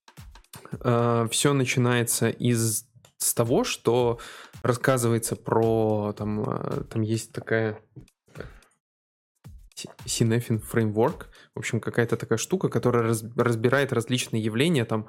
все начинается с того, что рассказывается про... Там есть такая... Synefin Framework. В общем, какая-то такая штука, которая разбирает различные явления там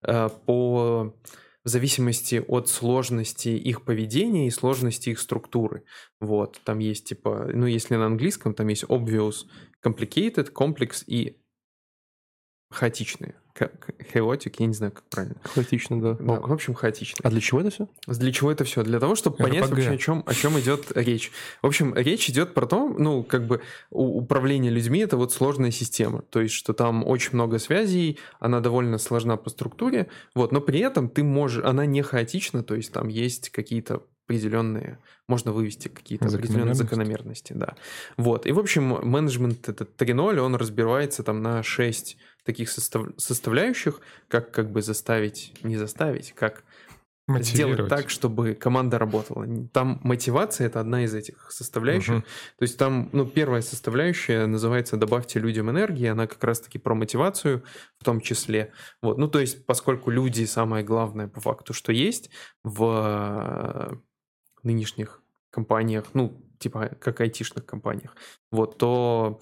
в зависимости от сложности их поведения и сложности их структуры. Вот. Там есть типа... Ну, если на английском, там есть obvious, complicated, complex и хаотичные. Chaotic, я не знаю, как правильно. Хаотично, да. Да, в общем, хаотично. А для чего это все? Для чего это все? Для того, чтобы понять RPG. вообще, о чем идет речь. В общем, речь идет про то, ну, как бы управление людьми — это вот сложная система. То есть, что там очень много связей, она довольно сложна по структуре, вот, но при этом она не хаотична, то есть там есть какие-то определенные, можно вывести какие-то определенные закономерности, да. Вот, и, в общем, менеджмент этот 3.0, он разбивается там на 6 таких составляющих, как бы не заставить, как сделать так, чтобы команда работала. Там мотивация — это одна из этих составляющих. То есть там, ну, первая составляющая называется «Добавьте людям энергии», она как раз-таки про мотивацию в том числе. Вот. Ну, то есть, поскольку люди самое главное по факту, что есть в нынешних компаниях, ну, типа как айтишных компаниях, вот, то,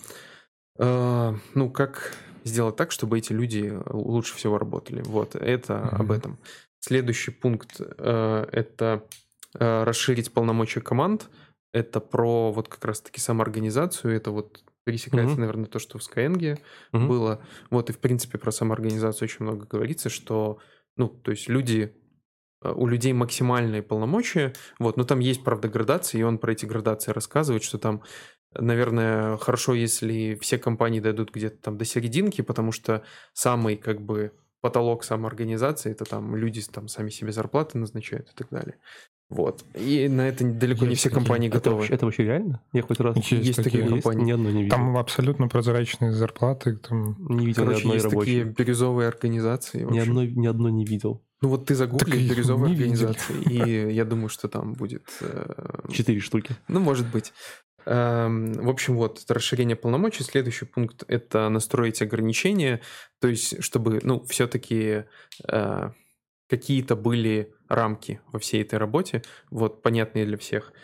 ну, как сделать так, чтобы эти люди лучше всего работали. Вот, это об этом. Следующий пункт это расширить полномочия команд. Это про вот как раз-таки самоорганизацию. Это вот пересекается, наверное, то, что в Skyeng было. Вот, и в принципе про самоорганизацию очень много говорится, что, ну, то есть у людей максимальные полномочия. Вот, но там есть, правда, градации, и он про эти градации рассказывает, что там, наверное, хорошо, если все компании дойдут где-то там до серединки, потому что самый как бы потолок самоорганизации — это там люди там сами себе зарплаты назначают и так далее. Вот. И на это далеко не все компании готовы. Это вообще реально? Я хоть раз... Есть такие компании. Ни одной не видел. Там абсолютно прозрачные зарплаты. Там... Не видел Короче, ни одной есть рабочей. такие бирюзовые организации. Ни одной не видел. Ну вот ты загугли Так бирюзовые не видел. организации, и я думаю, что там будет... 4 штуки. Ну, может быть. В общем, вот, это расширение полномочий. Следующий пункт — это настроить ограничения, то есть чтобы, все-таки какие-то были рамки во всей этой работе, вот, понятные для всех.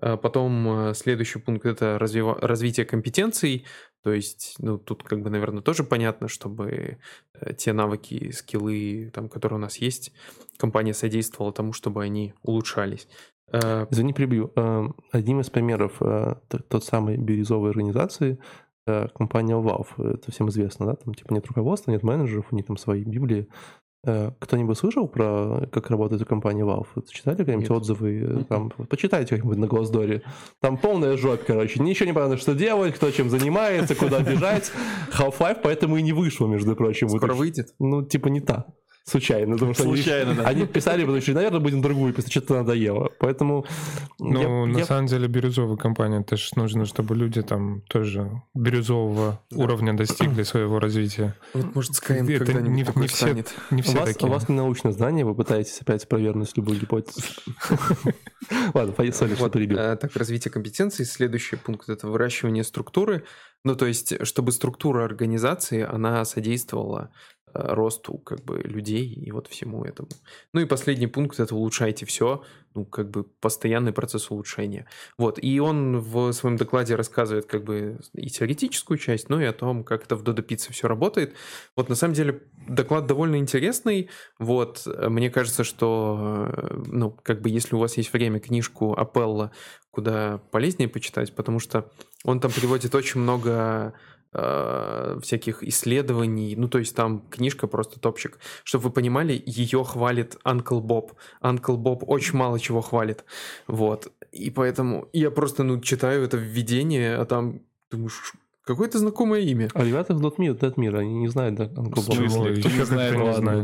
Потом следующий пункт — это развитие компетенций, то есть, тут как бы, наверное, тоже понятно, чтобы те навыки, скиллы, там, которые у нас есть, компания содействовала тому, чтобы они улучшались. Извини, прибью. Одним из примеров тот самой бирюзовой организации компания Valve. Это всем известно, да? Там типа нет руководства, нет менеджеров, у них там свои библии. Кто-нибудь слышал про как работает компания Valve? Читали какие-нибудь отзывы? Там, почитайте как-нибудь на Glassdoor. Там полная жопа, короче. Ничего не понятно, что делать, кто чем занимается, куда бежать. Half-Life поэтому и не вышло, между прочим. Скоро выйдет? Типа не та. Случайно, потому что да. они писали, потому что, наверное, будем другую писать, что-то надоело. Поэтому... на самом деле, бирюзовая компания, это же нужно, чтобы люди там тоже бирюзового уровня достигли своего развития. Вот, может, Skyrim когда-нибудь такой станет. Не все такие. У вас не научное знание, вы пытаетесь опять провернуть любую гипотезу. Ладно, поехали, что перебил. Так, развитие компетенций. Следующий пункт — это выращивание структуры. То есть, чтобы структура организации, она содействовала росту как бы людей и вот всему этому. И последний пункт — это улучшайте все, как бы постоянный процесс улучшения. Вот, и он в своем докладе рассказывает как бы и теоретическую часть, и о том, как это в Dodo Pizza все работает. Вот, на самом деле, доклад довольно интересный. Вот, мне кажется, что, как бы, если у вас есть время, книжку Апелла куда полезнее почитать, потому что он там приводит очень много всяких исследований, то есть там книжка просто топчик. Чтобы вы понимали, ее хвалит Uncle Bob. Uncle Bob очень мало чего хвалит. Вот. И поэтому я просто, читаю это введение, а там думаешь, какое-то знакомое имя. А ребята в .NET, они не знают, да, Uncle Bob. Кто не знает,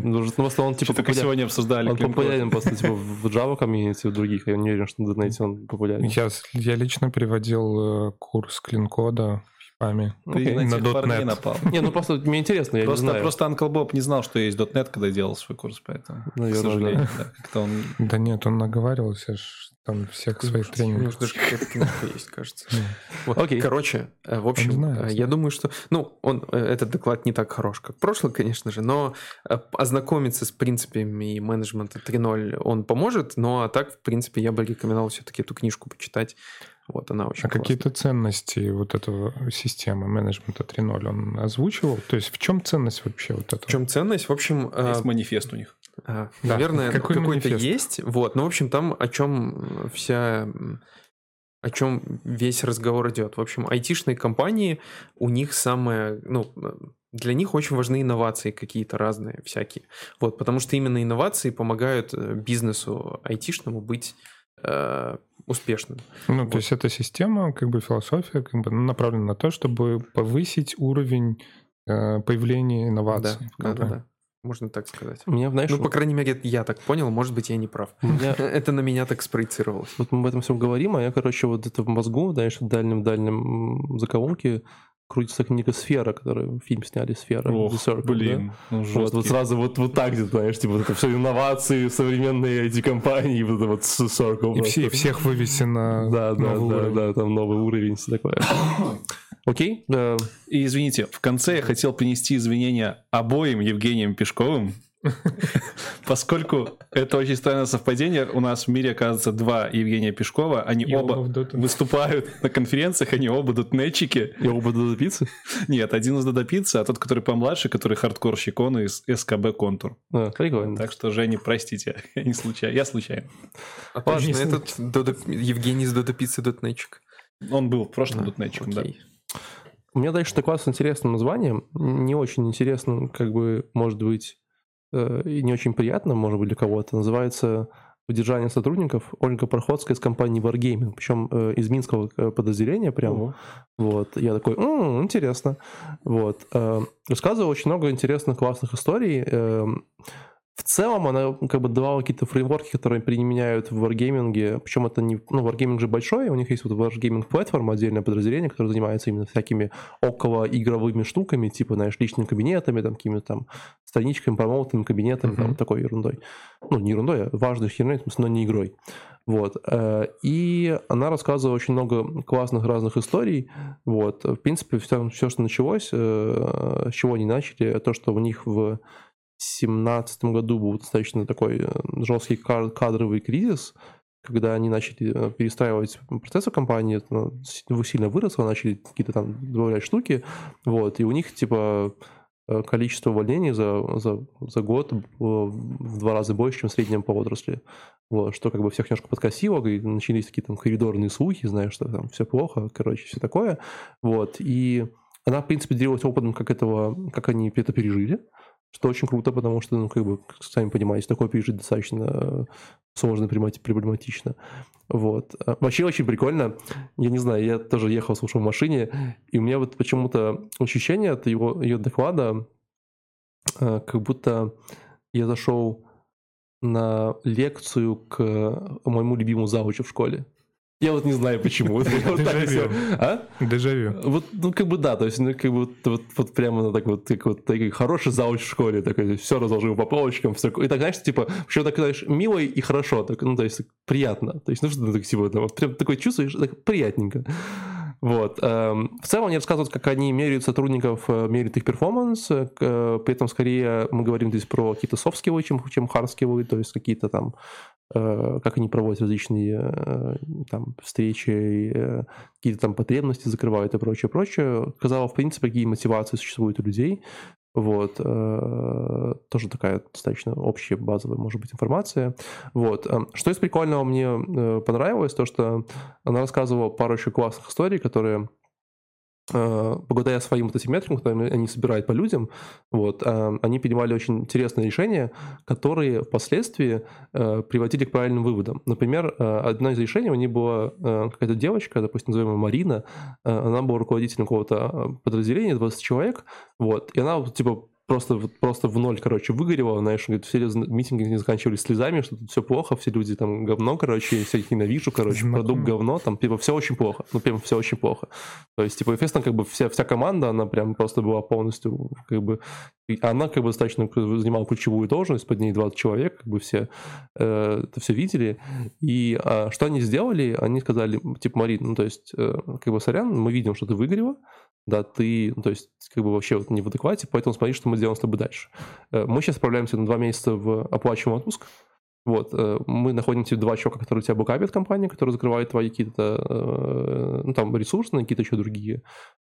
Он типа только сегодня обсуждали. Он популярен просто типа в Java комьюнити, в других. Я не уверен, что на .NET он популярен. Я лично приводил курс клин-кода Ты на .NET напал. Просто мне интересно, я не знаю. Просто Uncle Bob не знал, что есть .NET, когда делал свой курс, поэтому, наверное, к сожалению. Как-то он... Да нет, он наговаривался, там всех своих тренингов. У него даже какая-то кнопка есть, кажется. Окей. Короче, в общем, я думаю, что... этот доклад не так хорош, как прошлый, конечно же, но ознакомиться с принципами менеджмента 3.0 он поможет, а так, в принципе, я бы рекомендовал все-таки эту книжку почитать. Вот, она очень классная. Какие-то ценности вот этого системы менеджмента 3.0 он озвучивал? То есть в чем ценность вообще вот этого? В чем ценность? В общем... Есть манифест у них. Наверное, какой-то есть. Вот, в общем, там о чем весь разговор идет. В общем, айтишные компании, у них самое... для них очень важны инновации какие-то разные, всякие. Вот, потому что именно инновации помогают бизнесу айтишному быть... успешным. То есть эта система, как бы философия, как бы направлена на то, чтобы повысить уровень появления инноваций. Да. Можно так сказать. Меня, знаешь, по крайней мере, я так понял, может быть, я не прав. Это на меня так спроецировалось. Вот мы об этом всем говорим, а я, вот это в мозгу, знаешь, в дальнем закоулке крутится книга «Сфера», которую фильм сняли «Сфера». Ох, блин. Да? Вот сразу вот так где-то, знаешь, типа это все инновации, современные эти компании, вот это вот Circle. И всех вывести на новый уровень. Да, там новый уровень, все такое. Окей. И извините, в конце я хотел принести извинения обоим Евгениям Пешковым, поскольку это очень странное совпадение. У нас в мире, оказывается, два Евгения Пешкова. Они оба выступают на конференциях, они оба дотнетчики. И оба Dodo Pizza? Нет, один из Dodo Pizza, а тот, который помладше, который хардкорщик, он из СКБ Контур. Прикольно. Так что, Женя, простите, я случайно. Точно, этот Евгений из Dodo Pizza дотнетчик. Он был в прошлом дотнетчиком, да. У меня дальше доклад с интересным названием. Не очень интересным, как бы, может быть, и не очень приятно, может быть, для кого-то. Называется «Удержание сотрудников». Ольга Проходская из компании Wargaming, причем из минского подразделения прямо. Вот. Я такой, интересно. Вот. Рассказываю очень много интересных, классных историй. в целом она как бы давала какие-то фреймворки, которые применяют в Wargaming, причем это не... Ну, Wargaming же большой, у них есть вот Wargaming Platform, отдельное подразделение, которое занимается именно всякими околоигровыми штуками, типа, знаешь, личными кабинетами, там, какими-то там страничками, промоутными кабинетами, там, такой ерундой. Ну, не ерундой, а важной херней, в смысле, но не игрой. Вот. И она рассказывала очень много классных разных историй. Вот. В принципе, все, что началось, с чего они начали, то, что у них в 2017 году был достаточно такой жесткий кадровый кризис, когда они начали перестраивать процессы компании, сильно выросло, начали какие-то там добавлять штуки, вот, и у них, типа, количество увольнений за год было в 2 раза больше, чем в среднем по отрасли. Вот, что как бы всех немножко подкосило, и начались такие там коридорные слухи, знаешь, что там все плохо, короче, все такое. Вот, и она, в принципе, делилась опытом, как они это пережили, что очень круто, потому что, ну, как бы, сами понимаете, такое пережить достаточно сложно и проблематично. Вот. Вообще очень прикольно. Я не знаю, я тоже ехал, слушал в машине, и у меня вот почему-то ощущение от ее доклада, как будто я зашел на лекцию к моему любимому завучу в школе. Я вот не знаю почему. Дежавю. Вот, ну, как бы да, то есть, ну, как бы вот прямо так вот, как вот такой хороший завуч в школе, такой, все разложил по полочкам, все, и так, знаешь, типа, еще так, знаешь, мило и хорошо, так, ну, то есть, приятно, то есть, ну, что ты так, типа, вот, прям такое чувствуешь, так приятненько. Вот. В целом они рассказывают, как они меряют сотрудников, меряют их перформанс, при этом скорее мы говорим здесь про какие-то софт-скиллы, чем hard-скиллы, то есть какие-то там, как они проводят различные там встречи, какие-то там потребности закрывают и прочее. Сказала, в принципе, какие мотивации существуют у людей. Вот. Тоже такая достаточно общая, базовая, может быть, информация. Вот. Что из прикольного мне понравилось, то, что она рассказывала пару еще классных историй, которые благодаря своим вот этим метрикам, которые они собирают по людям, вот, они принимали очень интересные решения, которые впоследствии приводили к правильным выводам. Например, одно из решений у них была какая-то девочка, допустим, называемая Марина, она была руководителем какого-то подразделения, 20 человек, вот, и она, типа, просто в ноль, короче, выгорела, знаешь, говорит, все митинги не заканчивались слезами, что тут все плохо, все люди там говно, короче, я их ненавижу, короче, продукт говно, там, типа, все очень плохо, ну, прям все очень плохо. То есть, типа, естественно, как бы вся команда, она прям просто была полностью, как бы, она, как бы, достаточно занимала ключевую должность, под ней 20 человек, как бы все это все видели, и что они сделали? Они сказали, типа, Марин, ну, то есть, как бы, сорян, мы видим, что ты выгорела, да, ты, ну, то есть, как бы вообще вот не в адеквате, поэтому смотри, что мы делаем с тобой дальше. Мы сейчас отправляемся на 2 месяца в оплачиваемый отпуск. Вот, мы находим тебе 2 человека, которые у тебя бэкапят компании, которые закрывают твои какие-то, ну, там, ресурсные, какие-то еще другие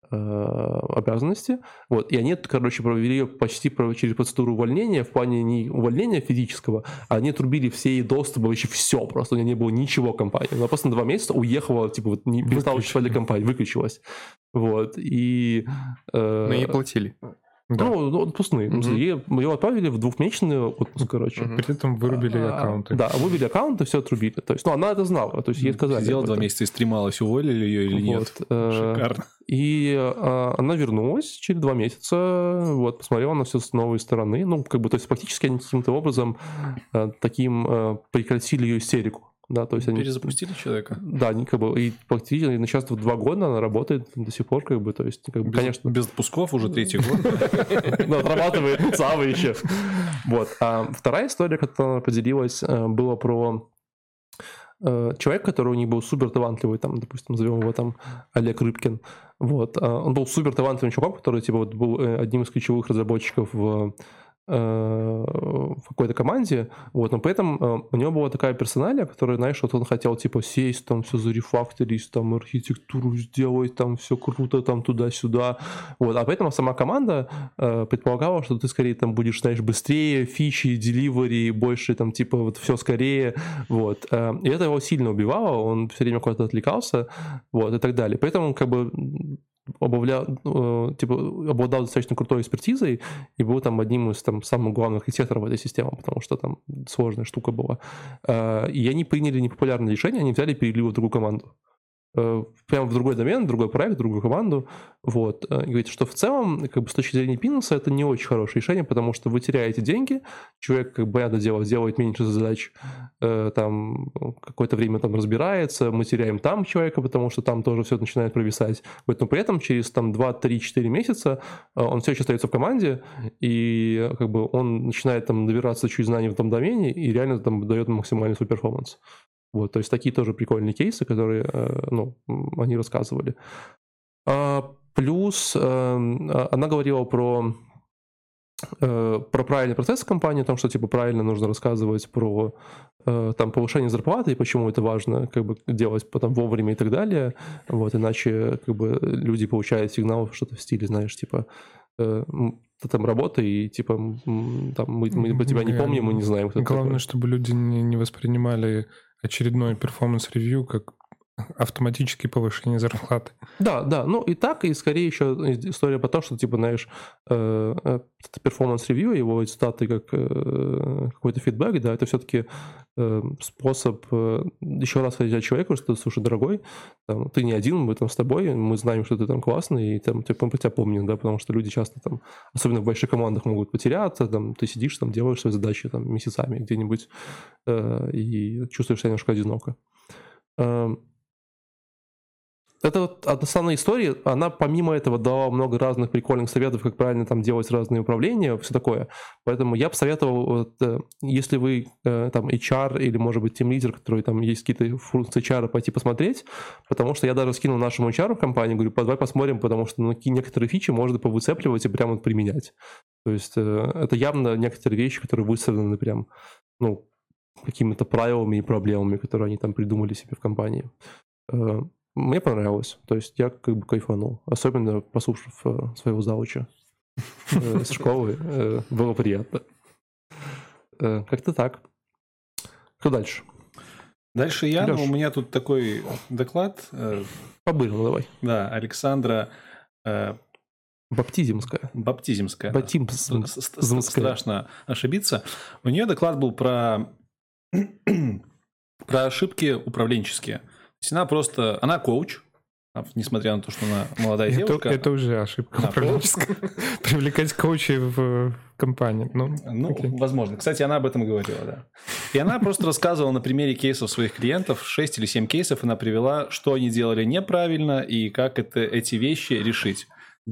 обязанности. Вот, и они, короче, провели почти через процедуру увольнения, в плане не увольнения физического, а они отрубили все ей доступы, вообще все, просто у нее не было ничего компании. Она просто на 2 месяца уехала, типа, вот, не перестала существовать для компании, выключилась. Вот, и... Но ей платили. Да. Ну, отпускные. Ее отправили в 2-месячный отпуск, короче. При этом вырубили аккаунты. Да, вырубили аккаунты, все отрубили. То есть, ну, она это знала, то есть ей сказали. Сидела 2 месяца и стремалась, уволили ее или нет. Шикарно. И она вернулась через 2 месяца, вот, посмотрела на все с новой стороны. Ну, как бы, то есть, фактически они каким-то образом таким прекратили ее истерику. Да, то есть они перезапустили человека. Да, они как бы и практически сейчас 2 года она работает до сих пор, как бы, то есть, как бы, конечно. Без отпусков уже 3-й год. Ну, отрабатывает самый еще. Вот. А вторая история, которая она поделилась, была про человека, который у них был супер талантливый, там, допустим, назовем его там Олег Рыбкин. Вот. Он был супер талантливым чуваком, который типа вот был одним из ключевых разработчиков в какой-то команде, вот, но при этом у него была такая персоналия, которая, знаешь, вот он хотел, типа, сесть, там, все зарефакторить, там, архитектуру сделать, там, все круто, там, туда-сюда, вот, а поэтому сама команда предполагала, что ты, скорее, там, будешь, знаешь, быстрее, фичи, деливери, больше, там, типа, вот, все скорее, вот, и это его сильно убивало, он все время куда-то отвлекался, вот, и так далее, поэтому, как бы, обладал достаточно крутой экспертизой и был там одним из там самых главных архитекторов этой системы, потому что там сложная штука была. И они приняли непопулярное решение, они взяли и перевели в другую команду. прямо в другой домен, в другой проект, в другую команду. Вот. И говорит, что в целом, как бы с точки зрения бизнеса, это не очень хорошее решение, потому что вы теряете деньги, человек, как бы, понятное дело, делает меньше задач, там какое-то время там разбирается, мы теряем там человека, потому что там тоже все начинает провисать. Но при этом через там 2-3-4 месяца он все еще остается в команде, и как бы он начинает там набираться чуть знаний в этом домене, и реально там дает максимальный свой перформанс. Вот, то есть такие тоже прикольные кейсы, которые, они рассказывали. Плюс она говорила про правильный процесс в компании, о том, что типа правильно нужно рассказывать про там повышение зарплаты и почему это важно как бы делать потом вовремя и так далее. Вот, иначе как бы люди получают сигнал, что-то в стиле, знаешь, типа ты там работай, и типа там, мы тебя не помним, мы не знаем, кто ты Главное, такой. чтобы люди не воспринимали очередной перформанс-ревью как автоматическое повышение зарплаты. Да, ну и так, и скорее еще история про то, что, типа, знаешь, перформанс-ревью, его результаты как какой-то фидбэк, да, это все-таки способ еще раз сказать человеку, что, слушай, дорогой, там, ты не один, мы там с тобой, мы знаем, что ты там классный, и там типа, мы тебя помним, да, потому что люди часто там, особенно в больших командах, могут потеряться, там, ты сидишь, там, делаешь свои задачи там месяцами где-нибудь и чувствуешь себя немножко одиноко. Это вот основная история, она помимо этого дала много разных прикольных советов, как правильно там делать разные управления, все такое. Поэтому я бы советовал, вот, если вы там HR или, может быть, тимлидер, который там есть какие-то функции HR, пойти посмотреть, потому что я даже скинул нашему HR в компании, говорю, давай посмотрим, потому что некоторые фичи можно повыцепливать и прямо применять. То есть это явно некоторые вещи, которые выстроены прям, какими-то правилами и проблемами, которые они там придумали себе в компании. Мне понравилось. То есть я как бы кайфанул. Особенно послушав своего зауча из школы. Было приятно. Как-то так. Что дальше? Дальше я. Лёш. У меня тут такой доклад. Побыл, давай. Да, Александра Баптизмская. Страшно ошибиться. У нее доклад был про ошибки управленческие. То есть она коуч, несмотря на то, что она молодая девушка. Это уже ошибка управленческая. Привлекать коучей в компании. Возможно. Кстати, она об этом говорила, да. И она просто рассказывала на примере кейсов своих клиентов, 6 или 7 кейсов, она привела, что они делали неправильно и как эти вещи решить.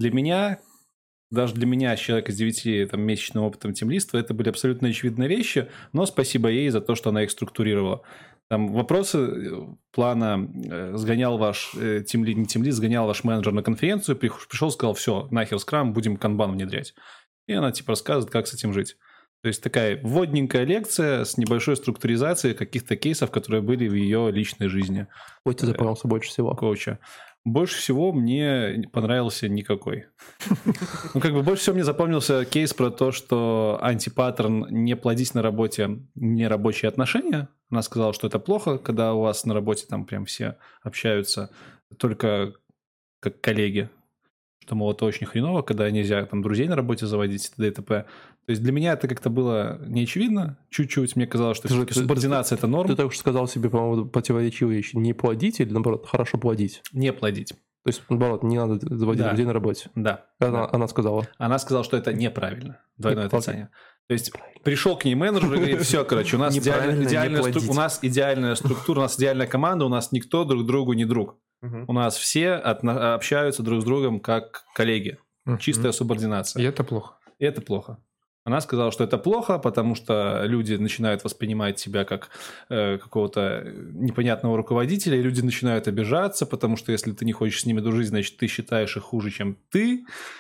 Даже для меня, человека с 9-месячным опытом тимлидства, это были абсолютно очевидные вещи, но спасибо ей за то, что она их структурировала. Там вопросы плана сгонял ваш сгонял ваш менеджер на конференцию, пришел, сказал, все, нахер скрам, будем канбан внедрять. И она типа рассказывает, как с этим жить. То есть такая вводненькая лекция с небольшой структуризацией каких-то кейсов, которые были в ее личной жизни. Ой, тебе запомнился больше всего? Коуча. Больше всего мне понравился никакой. Больше всего мне запомнился кейс про то, что антипаттерн не плодить на работе нерабочие отношения. Она сказала, что это плохо, когда у вас на работе там прям все общаются только как коллеги. Что, мол, это очень хреново, когда нельзя там друзей на работе заводить, т.д. и т.п. То есть для меня это как-то было неочевидно чуть-чуть. Мне казалось, что все-таки субординация – это норм. Ты только что сказал себе, по-моему, противоречивые вещи. Не плодить или, наоборот, хорошо плодить? Не плодить. То есть, наоборот, не надо заводить друзей на работе. Да. Она сказала. Она сказала, что это неправильно. Двойное отрицание. То есть пришел к ней менеджер и говорит, все, короче, у нас идеальная структура, у нас идеальная команда, у нас никто друг другу не друг. У нас все общаются друг с другом как коллеги. Чистая субординация. И это плохо. Это плохо. Она сказала, что это плохо, потому что люди начинают воспринимать себя как какого-то непонятного руководителя, и люди начинают обижаться, потому что если ты не хочешь с ними дружить, значит, ты считаешь их хуже, чем ты.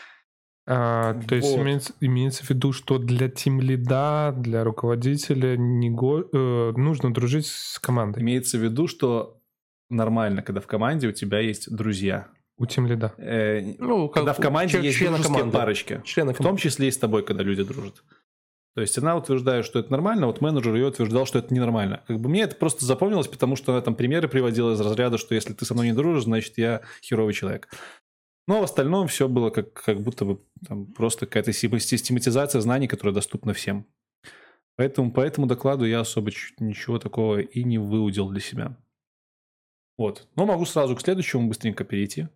То есть имеется в виду, что для тимлида, для руководителя нужно дружить с командой. Имеется в виду, что нормально, когда в команде у тебя есть друзья. У тимлида. Когда в команде есть дружеские парочки. В том числе и с тобой, когда люди дружат. То есть она утверждает, что это нормально, вот менеджер ее утверждал, что это ненормально. Мне это просто запомнилось, потому что она там примеры приводила из разряда, что если ты со мной не дружишь, значит я херовый человек. Но в остальном все было как будто бы там просто какая-то систематизация знаний, которая доступна всем. Поэтому по этому докладу я особо ничего такого и не выудил для себя. Вот. Но могу сразу к следующему быстренько перейти.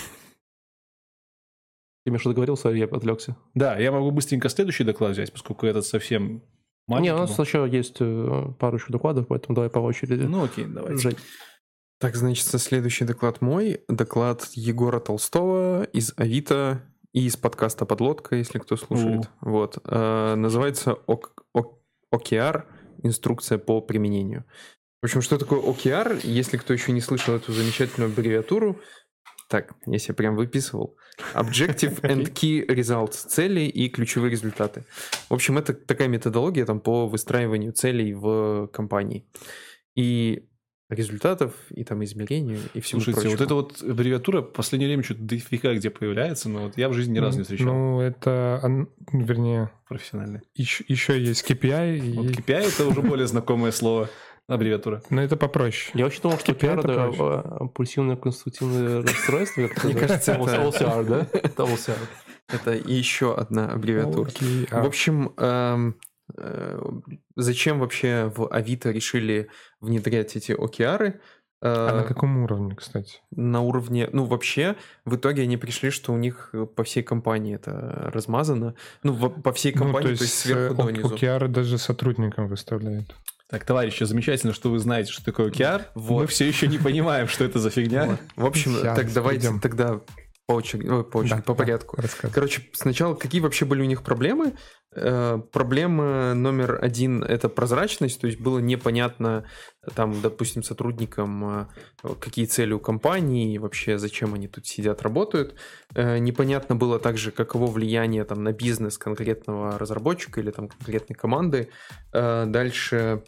Ты мне что-то говорил, я отвлекся. Да, я могу быстренько следующий доклад взять, поскольку этот совсем маленький. Не, у нас еще есть пару еще докладов, поэтому давай по очереди. Ну окей, давайте. Жень. Так, значит, следующий доклад мой. Доклад Егора Толстого из Авито и из подкаста «Подлодка», если кто слушает. Вот. Называется OKR «Инструкция по применению». В общем, что такое OKR? Если кто еще не слышал эту замечательную аббревиатуру, так, я себе прям выписывал. Objective and Key Results. Цели и ключевые результаты. В общем, это такая методология там, по выстраиванию целей в компании. И результатов, и там измерению, и всего Слушайте, прочего. вот эта вот аббревиатура в последнее время что-то дофига где появляется, но вот я в жизни ни разу не встречал. Ну, это, вернее, Профессиональный. еще есть KPI. Вот KPI — это уже более знакомое слово, аббревиатура. Но это попроще. Я вообще думал, что KPI PR это это пульсивное конструктивное расстройство. Мне кажется, это OCR, да? Это OCR. Это еще одна аббревиатура. Окей, В общем, зачем вообще в Авито решили внедрять эти OKR? А на каком уровне, кстати? На уровне... Ну, вообще, в итоге они пришли, что у них по всей компании это размазано. Ну, по всей компании, то есть сверху донизу. OKR даже сотрудникам выставляют. Так, товарищи, замечательно, что вы знаете, что такое OKR. Вот. Мы все еще не понимаем, что это за фигня. В общем, Сейчас так давайте придем. тогда по порядку. Рассказывай. Короче, сначала какие вообще были у них проблемы? Проблема номер один — это прозрачность, то есть было непонятно, там, допустим, сотрудникам, какие цели у компании, и вообще зачем они тут сидят, работают. Непонятно было также, каково влияние там, на бизнес конкретного разработчика или там, конкретной команды. Дальше...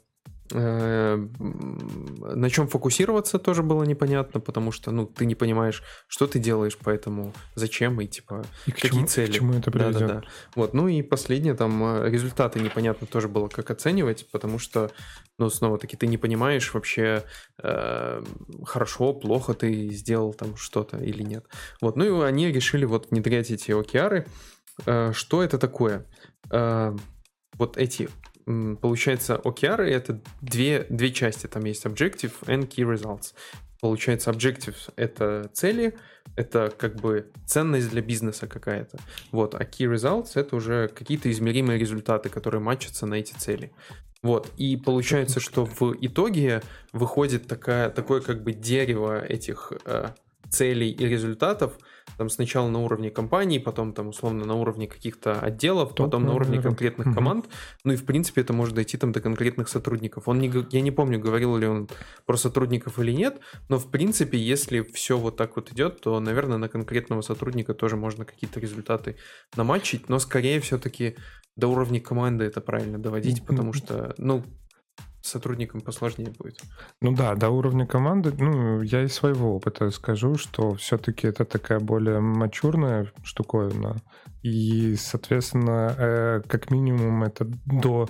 На чем фокусироваться тоже было непонятно, потому что, ну, ты не понимаешь, что ты делаешь, поэтому зачем и, типа, И к какие чему, цели. К чему это приведет? Да-да-да. Вот, ну и последнее, там, результаты непонятно тоже было, как оценивать, потому что, ну, снова-таки, ты не понимаешь вообще, хорошо, плохо ты сделал там что-то или нет. Вот, ну и они решили вот внедрять эти OKR. Что это такое? Вот эти... Получается, OKR — это две части. Там есть Objective and Key Results. Получается, Objective — это цели, это как бы ценность для бизнеса какая-то. Вот. А Key Results — это уже какие-то измеримые результаты, которые матчатся на эти цели. Вот. И получается, что в итоге выходит такое как бы дерево этих целей и результатов. Там сначала на уровне компании, потом там условно на уровне каких-то отделов, потом на уровне конкретных команд. Ну и в принципе это может дойти там до конкретных сотрудников. Я не помню, говорил ли он про сотрудников или нет, но в принципе, если все вот так вот идет, то, наверное, на конкретного сотрудника тоже можно какие-то результаты наматчить, но скорее все-таки до уровня команды это правильно доводить, потому что, ну, сотрудникам посложнее будет. Ну да, до уровня команды, ну, я из своего опыта скажу, что все-таки это такая более мачурная штуковина, и, соответственно, как минимум это до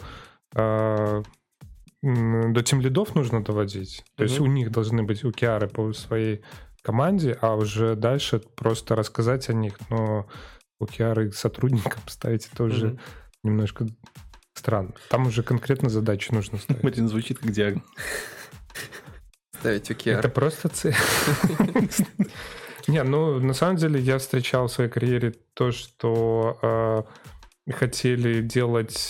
тимлидов нужно доводить. То есть у них должны быть OKR по своей команде, а уже дальше просто рассказать о них, но OKR сотрудникам ставить это уже немножко... Странно. Там уже конкретно задачи нужно ставить. Блин, звучит как диагноз. Ставить OKR. Это просто цель. Не, ну, на самом деле я встречал в своей карьере то, что хотели делать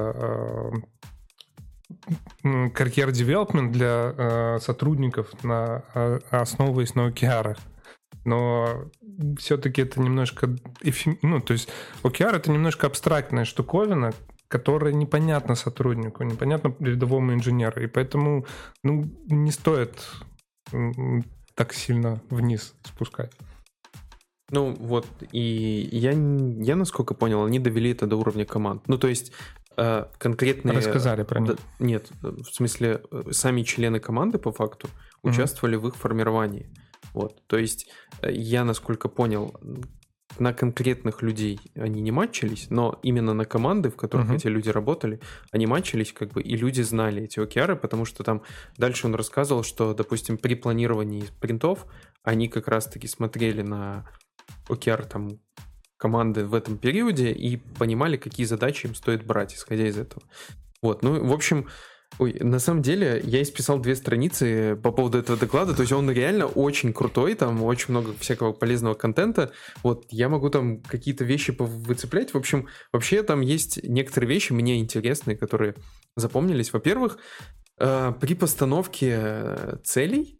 карьер-девелопмент для сотрудников, основываясь на OKR. Но все-таки это немножко... Ну, то есть OKR — это немножко абстрактная штуковина, которая непонятна сотруднику, непонятна рядовому инженеру. И поэтому, ну, не стоит так сильно вниз спускать. Ну, вот, и я насколько понял, они довели это до уровня команд. Ну, то есть конкретные... Рассказали про них. Нет, в смысле, сами члены команды, по факту, участвовали в их формировании. Вот, то есть я, насколько понял, на конкретных людей они не матчились, но именно на команды, в которых эти люди работали, они матчились, как бы, и люди знали эти OKR, потому что там дальше он рассказывал, что, допустим, при планировании спринтов они как раз-таки смотрели на OKR там команды в этом периоде и понимали, какие задачи им стоит брать, исходя из этого. Вот, ну, в общем, На самом деле, я исписал 2 страницы по поводу этого доклада, то есть он реально очень крутой, там очень много всякого полезного контента, вот, я могу там какие-то вещи выцеплять, в общем, вообще там есть некоторые вещи мне интересные, которые запомнились. Во-первых, при постановке целей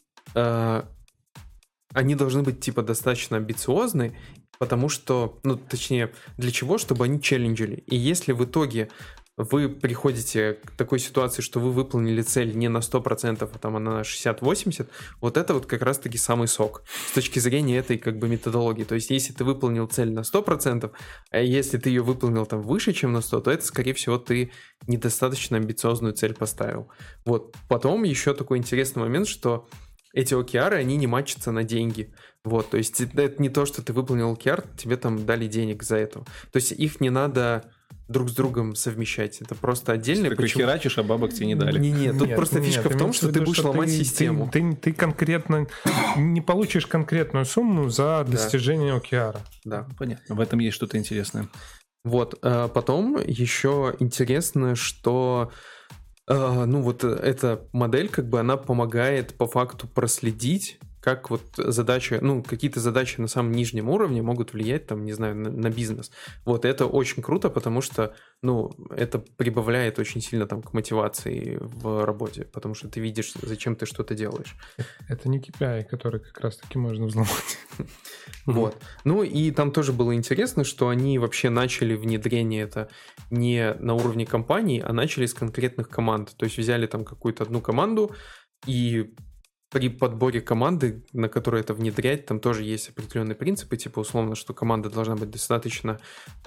они должны быть, типа, достаточно амбициозны, потому что, ну, точнее, для чего? Чтобы они челленджили. И если в итоге вы приходите к такой ситуации, что вы выполнили цель не на 100%, а там она на 60-80%, вот это вот как раз-таки самый сок с точки зрения этой как бы методологии. То есть если ты выполнил цель на 100%, а если ты ее выполнил там выше, чем на 100%, то это, скорее всего, ты недостаточно амбициозную цель поставил. Вот. Потом еще такой интересный момент, что эти OKR, они не матчатся на деньги. Вот, то есть это не то, что ты выполнил OKR, тебе там дали денег за это. То есть их не надо друг с другом совмещать. Это просто отдельно. Ты херачишь, а бабок тебе не дали. Нет, тут просто фишка в том, что ты будешь ломать систему. Ты конкретно не получишь конкретную сумму за достижение OKR. Да. Понятно. В этом есть что-то интересное. Вот. Потом еще интересно, что ну вот эта модель, как бы она помогает по факту проследить, как вот задачи, ну, какие-то задачи на самом нижнем уровне могут влиять, там, не знаю, на бизнес. Вот, это очень круто, потому что, ну, это прибавляет очень сильно там к мотивации в работе, потому что ты видишь, зачем ты что-то делаешь. Это не KPI, который как раз-таки можно взломать. Вот. Ну, и там тоже было интересно, что они вообще начали внедрение это не на уровне компаний, а начали с конкретных команд. То есть взяли там какую-то одну команду, и при подборе команды, на которую это внедрять, там тоже есть определенные принципы, типа условно, что команда должна быть достаточно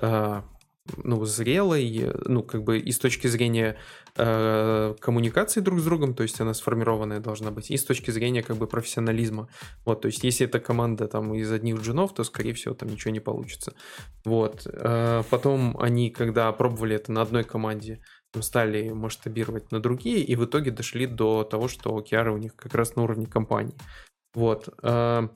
ну, зрелой, ну, как бы и с точки зрения коммуникации друг с другом, то есть она сформированная должна быть, и с точки зрения как бы профессионализма. Вот, то есть если это команда там из одних джунов, то, скорее всего, там ничего не получится. Вот. Потом они, когда пробовали это на одной команде, стали масштабировать на другие, и в итоге дошли до того, что OKR у них как раз на уровне компании. Вот. Так.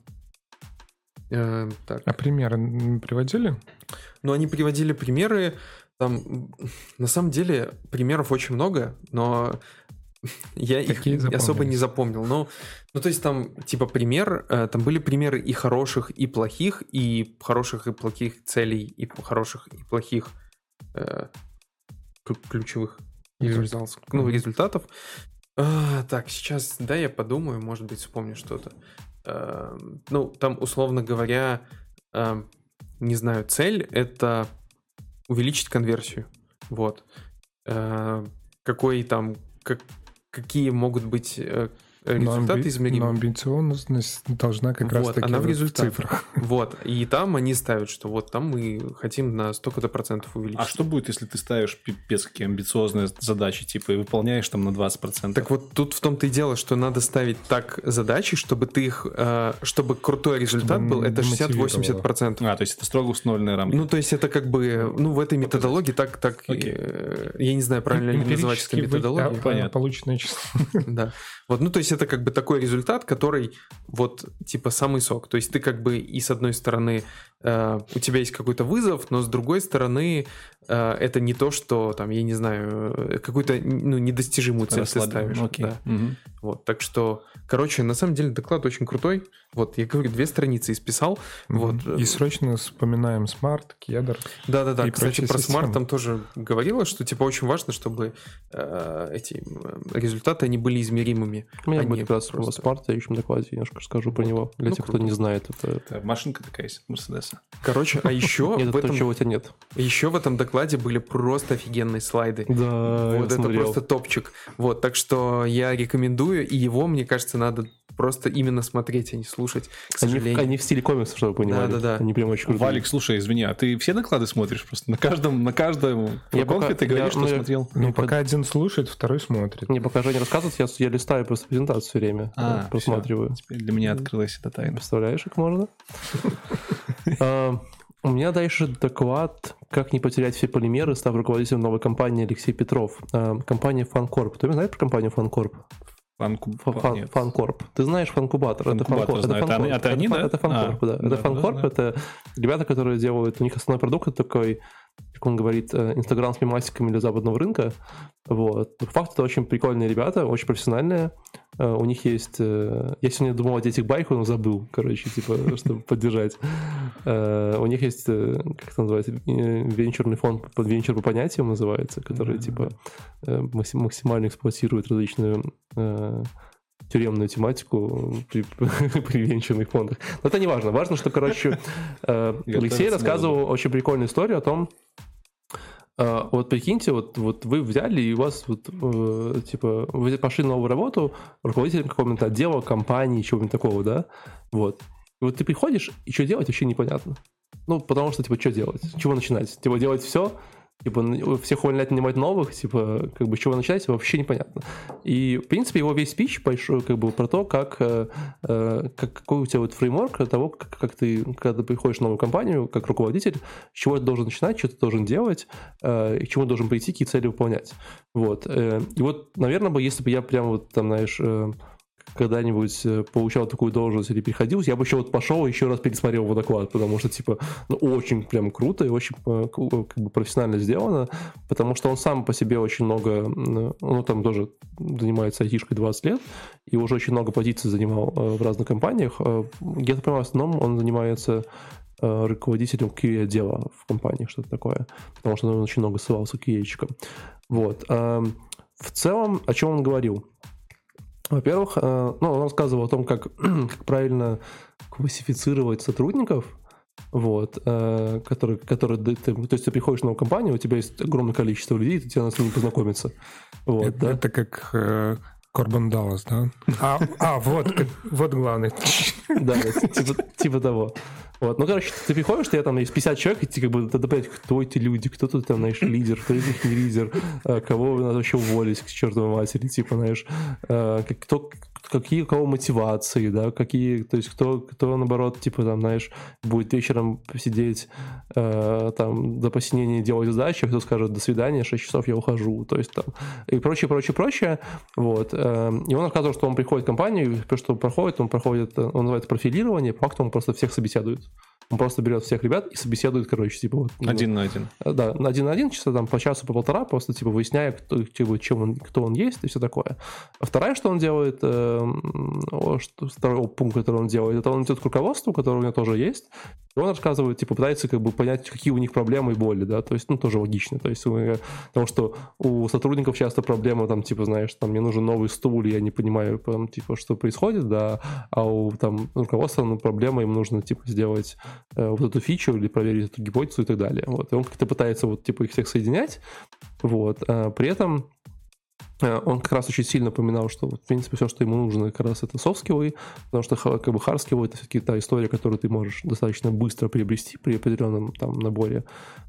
А примеры приводили? Ну, они приводили примеры. Там, на самом деле, примеров очень много, но я их особо не запомнил. Ну, то есть там, типа, пример, там были примеры и хороших, и плохих плохих целей, и хороших, и плохих ключевых результатов. Так, сейчас, да, я подумаю, может быть, вспомню что-то. Ну, там, условно говоря, не знаю, цель — это увеличить конверсию. Вот. Какие могут быть результаты измеримые? Но амбициозность должна как раз таки она в цифрах. Вот. И там они ставят, что вот там мы хотим на столько-то процентов увеличить. А что будет, если ты ставишь пипец какие амбициозные задачи, типа, и выполняешь там на 20%? Так вот, тут в том-то и дело, что надо ставить так задачи, чтобы ты их, чтобы крутой результат был, это 60-80%. То есть это строго установленные рамки. Ну, то есть это как бы, ну, в этой методологии так я не знаю, правильно ли называть это методологией. Понятно. Полученное число. Да. Вот, ну, то есть это как бы такой результат, который вот типа самый сок. То есть ты как бы и с одной стороны у тебя есть какой-то вызов, но с другой стороны это не то, что там, я не знаю, какую-то недостижимую цель ты ставишь. Да. Вот, так что, короче, на самом деле доклад очень крутой. Вот, я говорю, 2 страницы исписал. Вот. И срочно вспоминаем Smart, Кедр. Да. Кстати, про Smart там тоже говорила, что типа очень важно, чтобы эти результаты, они были измеримыми. У меня будет как раз Smart, я еще в докладе немножко расскажу про него. Для тех, кто не знает. Это машинка такая есть, Мерседеса. Короче, а еще нет, это чего у тебя нет. Еще в этом докладе были просто офигенные слайды. Да, вот это смотрел. просто топчик. Вот, так что я рекомендую, и его, мне кажется, надо просто именно смотреть, а не слушать, к сожалению. Они в стиле комиксов, чтобы вы понимали. Да. Они прям очень крутые. Валик, слушай, извини, а ты все доклады смотришь просто? На каждом конфе ты говоришь, что смотрел? Пока один слушает, второй смотрит. Не, пока Женя рассказывает, я листаю просто презентацию все время. Просматриваю. Теперь для меня открылась эта тайна. Представляешь, как можно? У меня дальше доклад «Как не потерять все полимеры, став руководителем новой компании» Алексей Петров. Компания FunCorp. Ты знаешь про компанию FunCorp? FunCorp. Ты знаешь FunCubator? Это FunCorp. Это они, да? Это FunCorp, да. Это FunCorp, это ребята, которые делают... У них основной продукт — это такой как он говорит, Инстаграм с мемасиками для западного рынка. Вот. По факту это очень прикольные ребята, очень профессиональные. У них есть... Я сегодня думал одеть их байку, но забыл, короче, типа, чтобы поддержать. У них есть, как это называется, венчурный фонд, венчур по понятиям называется, который, типа, максимально эксплуатирует различную тюремную тематику при венчурных фондах. Но это не важно. Важно, что, короче, Алексей рассказывал очень прикольную историю о том, вот прикиньте, вот вы взяли, и у вас вот, типа, вы пошли на новую работу руководителем какого-нибудь отдела, компании, чего-нибудь такого, да? Вот. И вот ты приходишь, и что делать, вообще непонятно. Ну, потому что, типа, что делать? С чего начинать? Типа, делать все? Типа, всех увольнять, нанимать новых, типа, как бы, чего начать, вообще непонятно. И, в принципе, его весь спич большой, как бы, про то, какой у тебя вот фреймворк того, как ты, когда ты приходишь в новую компанию, как руководитель, с чего ты должен начинать, что ты должен делать, и к чему ты должен прийти, какие цели выполнять. Вот. И вот, наверное, если бы я прям вот, там, знаешь, когда-нибудь получал такую должность или переходил, я бы еще вот пошел и еще раз пересмотрел его доклад, потому что, типа, ну, очень прям круто и очень как бы профессионально сделано, потому что он сам по себе очень много, ну, там тоже занимается айтишкой 20 лет, и уже очень много позиций занимал в разных компаниях. Я так понимаю, в основном он занимается руководителем QA-отдела в компании, что-то такое, потому что он очень много ссылался к QA-чикам. Вот. В целом, о чем он говорил? Во-первых, ну, он рассказывал о том, как правильно классифицировать сотрудников, вот, которые то есть ты приходишь в новую компанию, у тебя есть огромное количество людей, ты тебе надо с ними познакомиться. Вот, это, да? Это как Корбан Даллас, да? Вот главный. Да, типа того. Вот. Ну, короче, ты приходишь, ты там есть 50 человек, и ты как бы надо понять, кто эти люди, кто тут там, знаешь, лидер, кто из них не лидер, кого надо вообще уволить к чертовой матери, типа, знаешь, какие у кого мотивации, да, какие, то есть кто наоборот, типа, там, знаешь, будет вечером сидеть там до посинения делать задачи, кто скажет до свидания, 6 часов я ухожу, то есть там, и прочее, вот. И он рассказывал, что он приходит в компанию, и что проходит, он называет профилирование, по факту он просто всех собеседует. Он просто берет всех ребят и собеседует, короче, типа вот... Один на один. Да, один на один, часа там по часу, по полтора, просто типа выясняя, кто он есть и все такое. А второе, что он делает, второй пункт, который он делает, это он идет к руководству, которое у него тоже есть, и он рассказывает, типа, пытается как бы понять, какие у них проблемы и боли, да, то есть, ну, тоже логично, то есть, потому что у сотрудников часто проблема, там, типа, знаешь, там, мне нужен новый стул, я не понимаю, там, типа, что происходит, да, а у, там, руководства, ну, проблема, им нужно, типа, сделать вот эту фичу или проверить эту гипотезу и так далее, вот, и он как-то пытается, вот, типа, их всех соединять, вот, при этом он как раз очень сильно упоминал, что, в принципе, все, что ему нужно, как раз это софт-скиллы, потому что как бы хард-скиллы — это все-таки та история, которую ты можешь достаточно быстро приобрести при определенном там наборе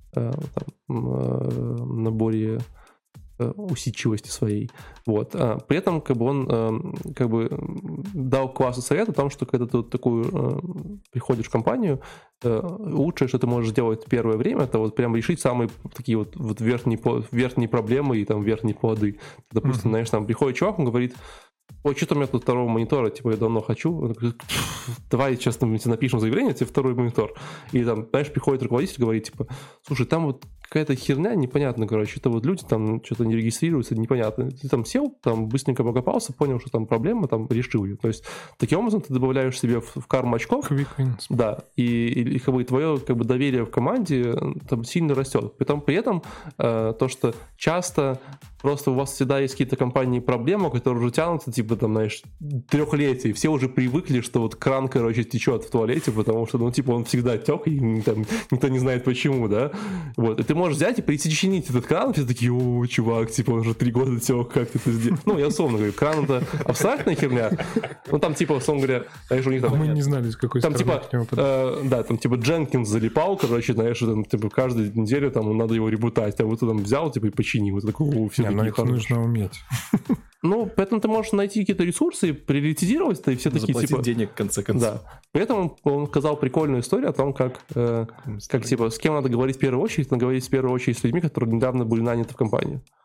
усидчивости своей. Вот. При этом как бы он как бы дал классный совет о том, что когда ты вот такую приходишь в компанию, лучшее, что ты можешь сделать первое время, это вот прям решить самые такие вот верхние проблемы и там верхние плоды. Допустим, знаешь, там приходит чувак, он говорит: ой, что-то у меня тут второго монитора, типа, я давно хочу. Давай, честно, мы тебе напишем заявление, тебе второй монитор. И там, знаешь, приходит руководитель, говорит, типа, слушай, там вот какая-то херня непонятно, короче, это вот люди там что-то не регистрируются, непонятно. Ты там сел, там быстренько покопался, понял, что там проблема, там решил ее. То есть, таким образом ты добавляешь себе в карму очков. Да, и как бы твое как бы доверие в команде там сильно растет. При этом то, что часто просто у вас всегда есть какие-то компании проблемы, которые уже тянутся, типа, там, знаешь, 3-летий. Все уже привыкли, что вот кран, короче, течет в туалете, потому что, ну, типа, он всегда тек, и там, никто не знает почему, да. Вот. И ты можешь взять и прийти чинить этот кран, и все такие: о, чувак, типа, он уже 3 года тек, как ты это сделал? Ну, я условно говорю, кран — это абстрактная херня. Ну, там, типа, условно говоря, знаешь, у них там... Мы не знали, с какой там, стороны типа, да, там, типа, Jenkins залипал, короче, знаешь, там, типа, каждую неделю там надо его ребутать, а вот ты там взял, типа, и починил. Это такой: все такие хорошие. Нужно уметь. Ну, поэтому ты можешь найти какие-то ресурсы, приоритизировать это, и все такие, заплатить типа... денег, в конце концов. Да. При этом он сказал прикольную историю о том, как типа, с кем надо говорить в первую очередь. Надо говорить в первую очередь с людьми, которые недавно были наняты в компанию.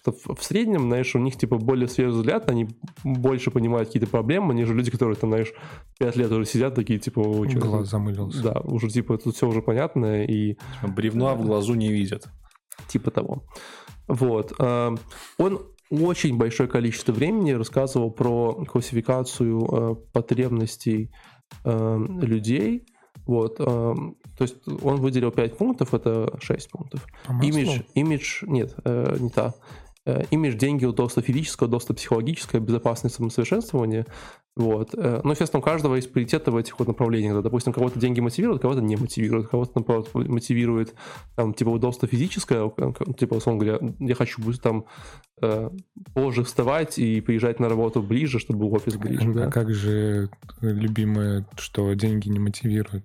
что в среднем, знаешь, у них, типа, более свежий взгляд, они больше понимают какие-то проблемы, нежели люди, которые, там, знаешь, 5 лет уже сидят, такие, типа... Глаз замылился. Да, уже, типа, тут все уже понятно, и... Бревна в глазу не видят. Типа того. Вот. Он очень большое количество времени рассказывал про классификацию потребностей людей. Вот. То есть он выделил 5 пунктов, это 6 пунктов. Имидж, нет, не та. Имидж, деньги, удобство физического, удобство психологическое, безопасность, самосовершенствование. Вот. Но, естественно, у каждого есть приоритеты в этих вот направлениях. Да. Допустим, кого-то деньги мотивируют, кого-то не мотивируют. Кого-то, например, мотивирует там, типа, удобство физическое, типа, условно говоря, я хочу там позже вставать и приезжать на работу ближе, чтобы был офис ближе. А как же любимое, что деньги не мотивируют?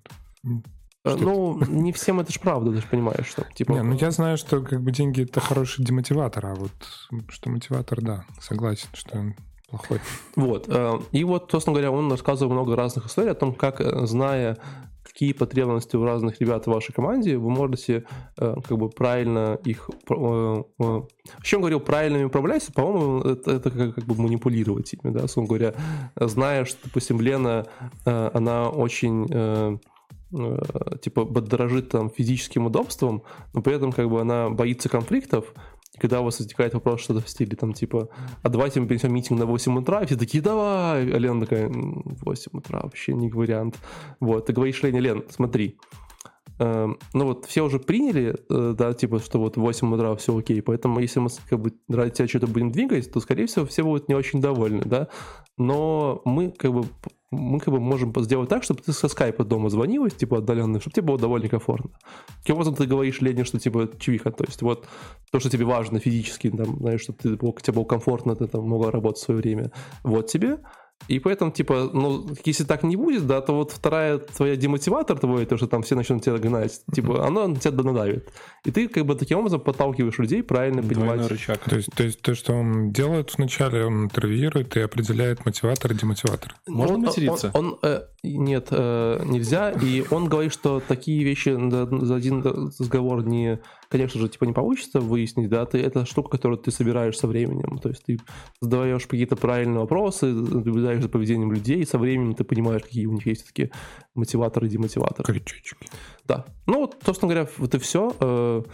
Ну, не всем это ж правда, ты же понимаешь, что... Типа... Не, ну я знаю, что как бы деньги — это хороший демотиватор, а вот что мотиватор, да, согласен, что он плохой. Вот. И вот, собственно говоря, он рассказывал много разных историй о том, как, зная, какие потребности у разных ребят в вашей команде, вы можете как бы правильно их... Вообще он говорил, правильно ими управлять, по-моему, это как бы манипулировать ими, да, условно говоря, зная, что, допустим, Лена, она очень... типа дорожит там физическим удобством, но при этом как бы она боится конфликтов, и когда у вас возникает вопрос что-то в стиле там типа, а давайте мы перенесем митинг на 8 утра, и все такие, давай, а Лена такая, 8 утра вообще не вариант. Вот, ты говоришь Лене, Лен, смотри, ну вот все уже приняли, да, типа, что вот в 8 утра все окей, поэтому если мы как бы ради тебя что-то будем двигать, то, скорее всего, все будут не очень довольны, да, но мы как бы можем сделать так, чтобы ты со скайпа дома звонилась, типа отдаленно, чтобы тебе было довольно комфортно. Таким образом ты говоришь Лене, что типа чувиха, то есть вот то, что тебе важно физически, там, знаешь, чтобы тебе было комфортно, ты там могла работать в свое время, вот тебе. И поэтому, типа, ну, если так не будет, да, то вот вторая твоя демотиватор твой, то, что там все начнут тебя гнать, типа, она на тебя надавит. И ты, как бы, таким образом подталкиваешь людей правильно понимать. Рычаг. То есть то, что он делает вначале, он интервьюирует и определяет мотиватор и демотиватор. Можно материться? Нет, нельзя. И он говорит, что такие вещи за один разговор не... Конечно же, типа не получится выяснить, да, это штука, которую ты собираешь со временем, то есть ты задаешь какие-то правильные вопросы, наблюдаешь за поведением людей, и со временем ты понимаешь, какие у них есть такие мотиваторы и демотиваторы. Крючочки. Да. Ну, вот, собственно говоря, вот и все.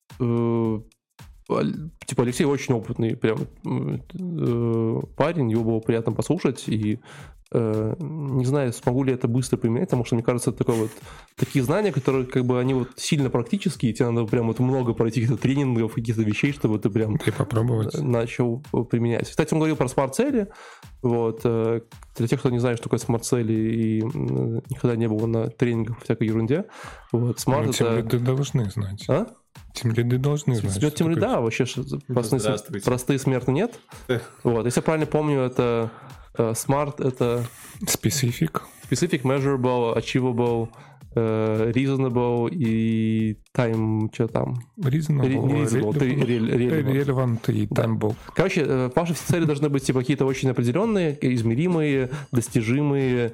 Типа Алексей очень опытный прям парень, его было приятно послушать, и не знаю, смогу ли это быстро применять, потому что, мне кажется, это такое вот такие знания, которые как бы они вот сильно практические, и тебе надо прям вот много пройти каких-то тренингов, каких-то вещей, чтобы ты прям начал применять. Кстати, он говорил про смарт-цели. Вот. Для тех, кто не знает, что такое смарт-цели и никогда не был на тренингах по всякой ерунде. Вот. Смарт это... Тем должны знать. А? Тимлиды должны знать. Тимлиды, да, вообще простые смертные нет. Вот. Если я правильно помню, это Smart — это... Specific, measurable, achievable, reasonable и time, что там? Reasonable, relevant и time-bound. Короче, ваши цели должны быть типа какие-то очень определенные, измеримые, достижимые,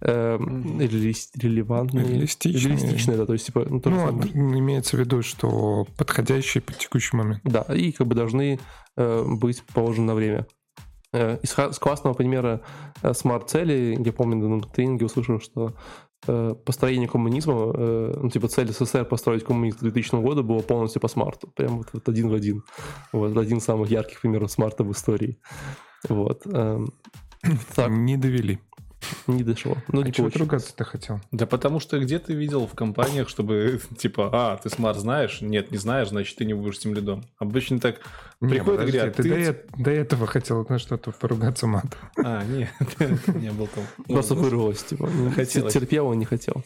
релевантные. Реалистичные, да, то есть типа... имеется в виду, что подходящие под текущий момент. Да, и как бы должны быть положены на время. Из классного примера смарт-цели, я помню, на тренинге услышал, что построение коммунизма, ну, типа цель СССР построить коммунизм к 2000 году было полностью по смарту. Прям вот один в один. Вот один из самых ярких примеров смарта в истории. Вот. Так. Не довели. Не дошло. Ну, а чего ругаться ты хотел? Да потому что где ты видел в компаниях, чтобы типа, ты смарт знаешь? Нет, не знаешь, значит, ты не будешь тем-лидом. Обычно так приходят и говорят... Ты до этого хотел на что-то поругаться матом. Нет, не был там. Просто вырвалось, типа. Терпел, он не хотел.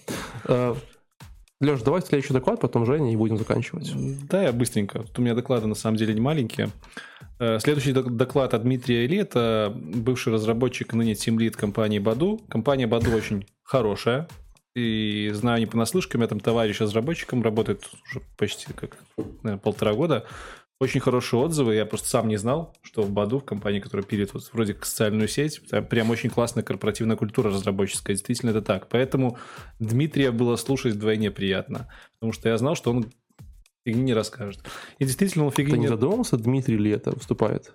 Леш, давай следующий доклад, потом Женя, и будем заканчивать. Да, я быстренько. Тут у меня доклады на самом деле не маленькие. Следующий доклад от Дмитрия Ильи, это бывший разработчик, ныне тимлид компании Баду. Компания Баду очень хорошая. И знаю не понаслышке, у меня там товарищ разработчиком работает уже почти как, наверное, 1,5 года. Очень хорошие отзывы. Я просто сам не знал, что в Баду, в компании, которая пилит вот вроде как социальную сеть, там прям очень классная корпоративная культура разработческая. Действительно, это так. Поэтому Дмитрия было слушать вдвойне приятно. Потому что я знал, что он фигни не расскажет. И действительно, он фигни Ты не задумался, Дмитрий ли это выступает?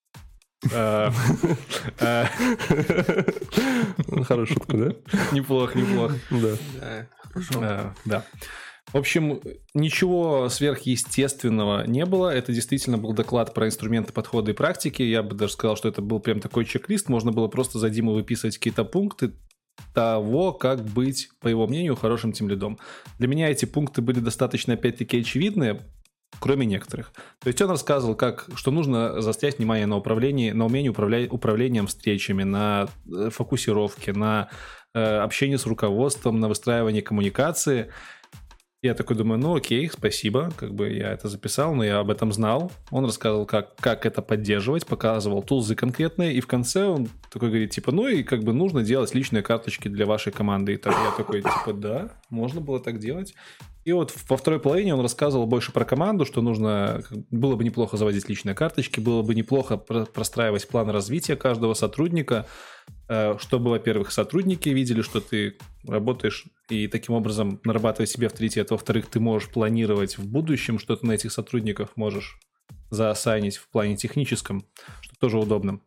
Хорошая шутка, да? Неплохо. Да. Да. В общем, ничего сверхъестественного не было. Это действительно был доклад про инструменты, подходы и практики. Я бы даже сказал, что это был прям такой чек-лист. Можно было просто за Диму выписывать какие-то пункты того, как быть, по его мнению, хорошим тимлидом. Для меня эти пункты были достаточно, опять-таки, очевидные, кроме некоторых. То есть он рассказывал, что нужно заострять внимание на управлении, на умении управлением встречами, на фокусировке, на общении с руководством, на выстраивании коммуникации. Я такой думаю, ну окей, спасибо, как бы я это записал, но я об этом знал. Он рассказывал, как это поддерживать, показывал тулзы конкретные, и в конце он такой говорит, типа, ну и как бы нужно делать личные карточки для вашей команды. И так я такой, типа, да, можно было так делать. И вот во второй половине он рассказывал больше про команду, что было бы неплохо заводить личные карточки, было бы неплохо простраивать план развития каждого сотрудника, чтобы, во-первых, сотрудники видели, что ты работаешь и таким образом нарабатывать себе авторитет. Во-вторых, ты можешь планировать в будущем, что ты на этих сотрудников можешь заассайнить в плане техническом, что тоже удобно.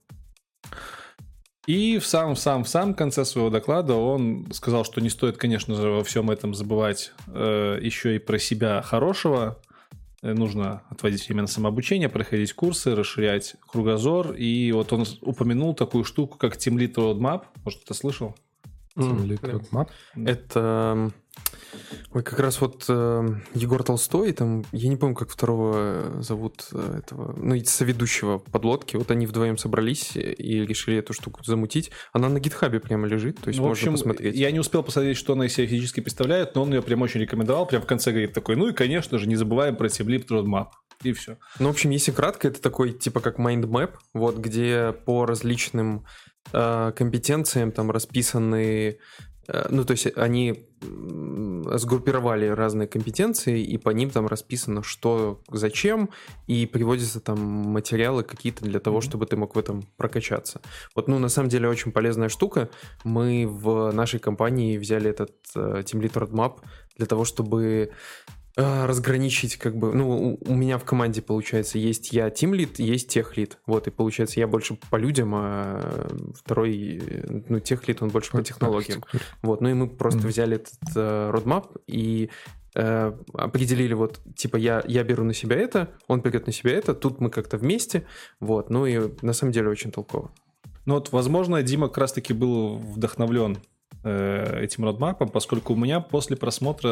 И в самом конце своего доклада он сказал, что не стоит, конечно же, во всем этом забывать еще и про себя хорошего. Нужно отводить время на самообучение, проходить курсы, расширять кругозор. И вот он упомянул такую штуку, как Team Lead Roadmap. Может, ты слышал? Team Lead Roadmap? Это... Ой, как раз вот Егор Толстой, там, я не помню, как второго зовут этого, ну, и соведущего подлодки, вот они вдвоем собрались и решили эту штуку замутить. Она на гитхабе прямо лежит, то есть ну, можно в общем, посмотреть. Я не успел посмотреть, что она из себя физически представляет, но он ее прям очень рекомендовал, прям в конце говорит такой, ну и, конечно же, не забываем про Team Lead Roadmap. И все. Ну, в общем, если кратко, это такой, типа, как майндмэп, вот, где по различным компетенциям там расписаны... Ну, то есть они сгруппировали разные компетенции, и по ним там расписано, что, зачем, и приводятся там материалы какие-то для того, чтобы ты мог в этом прокачаться. Вот, ну, на самом деле, очень полезная штука. Мы в нашей компании взяли этот Team Lead Roadmap для того, чтобы разграничить, как бы, ну, у меня в команде, получается, есть я тимлид, есть техлид, вот, и получается, я больше по людям, а второй, ну, техлид, он больше по технологиям, вот, ну, и мы просто взяли этот roadmap и определили, вот, типа, я беру на себя это, он берет на себя это, тут мы как-то вместе, вот, ну, и на самом деле очень толково. Ну, вот, возможно, Дима как раз-таки был вдохновлен этим родмапом, поскольку у меня после просмотра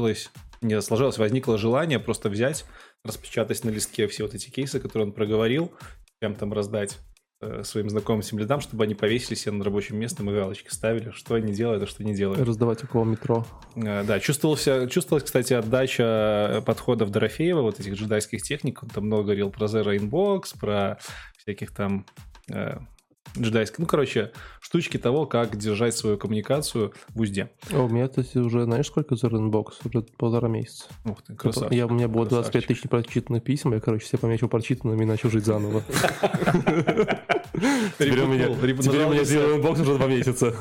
возникло желание просто взять, распечатать на листке все вот эти кейсы, которые он проговорил, прям там раздать своим знакомым тимлидам, чтобы они повесили себе над рабочим местом и галочки ставили, что они делают, а что не делают. Раздавать около метро. Да, чувствовалась, кстати, отдача подходов Дорофеева, вот этих джедайских техник. Он там много говорил про Zero Inbox, про всяких там... джедайских, ну, короче, штучки того, как держать свою коммуникацию в узде. У меня, кстати, уже, знаешь, сколько Zero Inbox? Уже 1,5 месяца. Ух ты, красавчик. У меня было 25 тысяч непрочитанных писем, я, короче, все пометил прочитанными и начал жить заново. Теперь у меня Zero Inbox уже 2 месяца.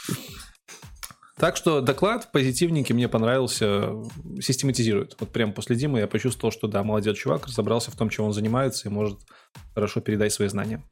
Так что доклад позитивненький, мне понравился, систематизирует. Вот прямо после Димы я почувствовал, что да, молодец чувак, разобрался в том, чем он занимается и может хорошо передать свои знания.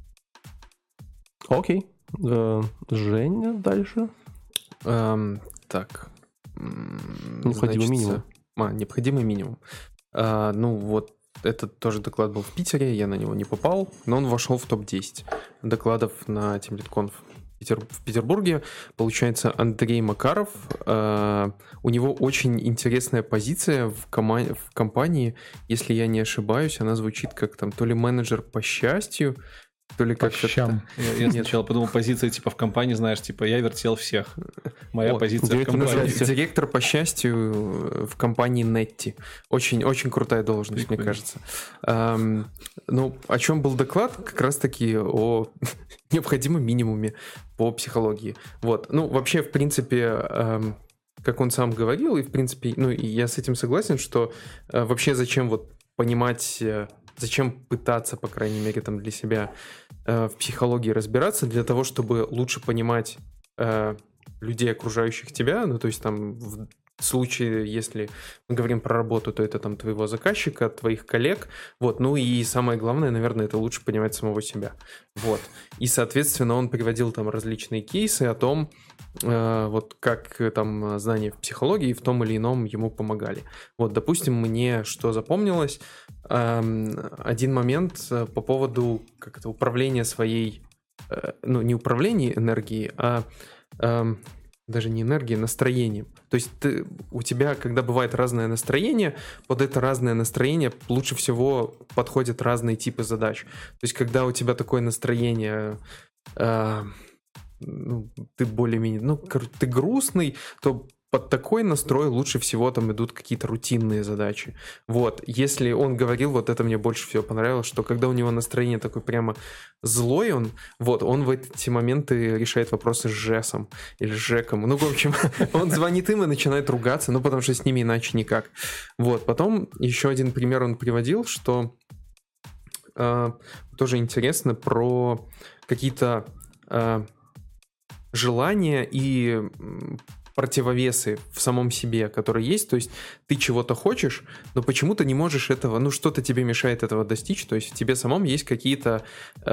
Окей. Женя дальше. Так. Необходимый минимум. Необходимый минимум. Ну вот, этот тоже доклад был в Питере, я на него не попал, но он вошел в топ-10 докладов на TeamLead.Conf в Петербурге. Получается, Андрей Макаров, у него очень интересная позиция в компании, если я не ошибаюсь, она звучит как там то ли менеджер по счастью, то ли как щам. Я сначала подумал, позиция типа в компании, знаешь, типа я вертел всех. Моя позиция в компании. Директор по счастью в компании Netty. Очень, очень крутая должность, мне кажется. Ну, о чем был доклад? Как раз-таки о необходимом минимуме по психологии. Вот. Ну, вообще, в принципе, как он сам говорил, и в принципе, ну, и я с этим согласен, что вообще зачем вот понимать... Зачем пытаться, по крайней мере, там для себя в психологии разбираться, для того, чтобы лучше понимать людей, окружающих тебя, ну, то есть там в случае, если мы говорим про работу, то это там твоего заказчика, твоих коллег, вот, ну и самое главное, наверное, это лучше понимать самого себя, вот, и, соответственно, он приводил там различные кейсы о том, вот как там знания в психологии в том или ином ему помогали. Вот, допустим, мне что запомнилось, один момент по поводу как-то управления своей, ну, не управления энергией, а даже не энергией, настроением. То есть у тебя, когда бывает разное настроение, под это разное настроение лучше всего подходят разные типы задач. То есть когда у тебя такое настроение, ну, ты более-менее, ну, ты грустный, то под такой настрой лучше всего там идут какие-то рутинные задачи. Вот, если он говорил, вот это мне больше всего понравилось, что когда у него настроение такое прямо злой, он в эти моменты решает вопросы с Жесом или с Жеком. Ну, в общем, он звонит им и начинает ругаться, ну, потому что с ними иначе никак. Вот, потом еще один пример он приводил, что тоже интересно про какие-то желания и противовесы в самом себе, которые есть, то есть ты чего-то хочешь, но почему-то не можешь этого, ну что-то тебе мешает этого достичь, то есть в тебе самом есть какие-то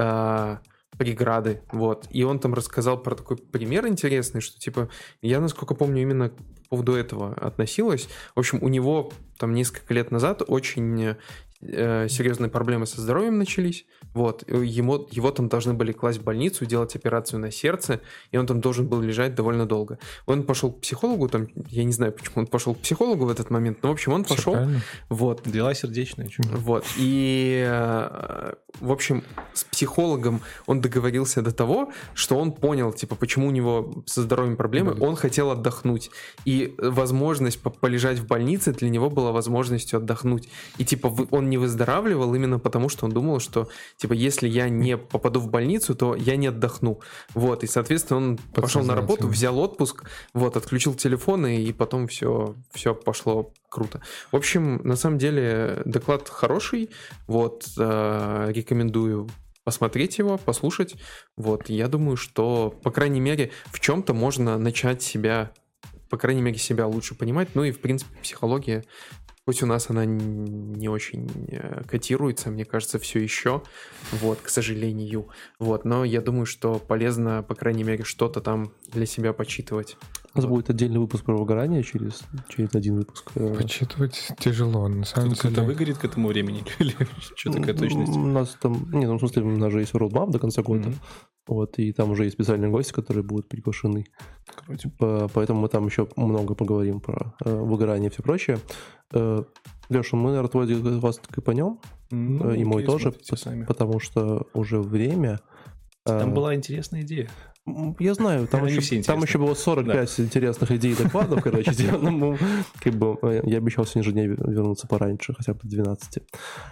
преграды, вот. И он там рассказал про такой пример интересный, что типа, я, насколько помню, именно по поводу этого относилось. В общем, у него там несколько лет назад очень серьезные проблемы со здоровьем начались, вот, его там должны были класть в больницу, делать операцию на сердце, и он там должен был лежать довольно долго. Он пошел к психологу, там, я не знаю, почему он пошел к психологу в этот момент, но, в общем, он Все пошел, правильно. вот. Дела сердечные. Вот, и, в общем, с психологом он договорился до того, что он понял, типа, почему у него со здоровьем проблемы, он хотел отдохнуть, и возможность полежать в больнице для него была возможностью отдохнуть, и, типа, он не выздоравливал именно потому, что он думал, что, типа, если я не попаду в больницу, то я не отдохну. Вот, и, соответственно, он пошел на работу, взял отпуск, вот, отключил телефон, и потом все пошло круто. В общем, на самом деле, доклад хороший, вот, рекомендую посмотреть его, послушать, вот, я думаю, что, по крайней мере, в чем-то можно начать себя, по крайней мере, себя лучше понимать, ну и, в принципе, психология, хоть у нас она не очень котируется, мне кажется, все еще, вот, к сожалению, вот, но я думаю, что полезно, по крайней мере, что-то там для себя почитывать. У нас будет отдельный выпуск про выгорание через один выпуск. Почитывать тяжело, на самом деле. Кто-то выгорит к этому времени? Или что такая точность? У нас там, в смысле, у нас же есть roadmap до конца года, вот, и там уже есть специальные гости, которые будут приглашены. Поэтому мы там еще много поговорим про выгорание и все прочее. Леша, мы, наверное, твой вас кайпанем, и мой тоже, потому что уже время. Там была интересная идея. Я знаю, там еще было 45 интересных идей и докладов, короче, ну, как бы я обещал сегодня же дней вернуться пораньше, хотя бы до 12.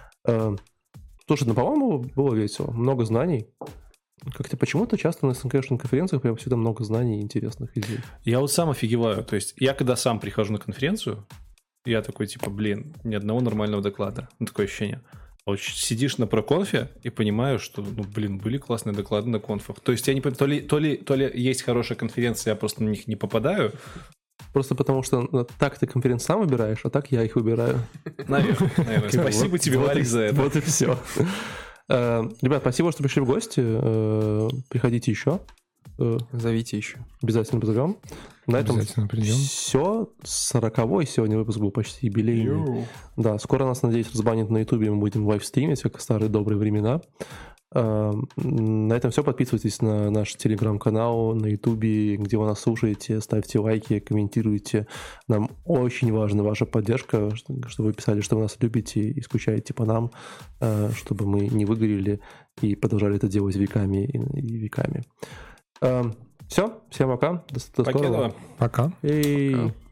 Слушай, ну, по-моему, было весело, много знаний. Как-то почему-то часто на СНГшных конференциях прям всегда много знаний и интересных идей. Я вот сам офигеваю, то есть я когда сам прихожу на конференцию, я такой, типа, ни одного нормального доклада, ну, такое ощущение. А вот сидишь на проконфе и понимаешь, что, были классные доклады на конфах. То есть я не понимаю, то ли есть хорошая конференция, я просто на них не попадаю. Просто потому что так ты конференцию сам выбираешь, а так я их выбираю. Наверное. Спасибо тебе, Валик, за это. Вот и все. Ребят, спасибо, что пришли в гости. Приходите еще. Зовите еще. Обязательно позовем. На этом все. 40-й сегодня выпуск был почти юбилейный. Да, скоро нас, надеюсь, разбанят на Ютубе. Мы будем лайвстримить, как в старые добрые времена. На этом все. Подписывайтесь на наш телеграм-канал на Ютубе, где вы нас слушаете. Ставьте лайки, комментируйте. Нам очень важна ваша поддержка, чтобы вы писали, что вы нас любите и скучаете по нам, чтобы мы не выгорели и продолжали это делать веками и веками. Все, всем пока. До скорого. Пока. Пока.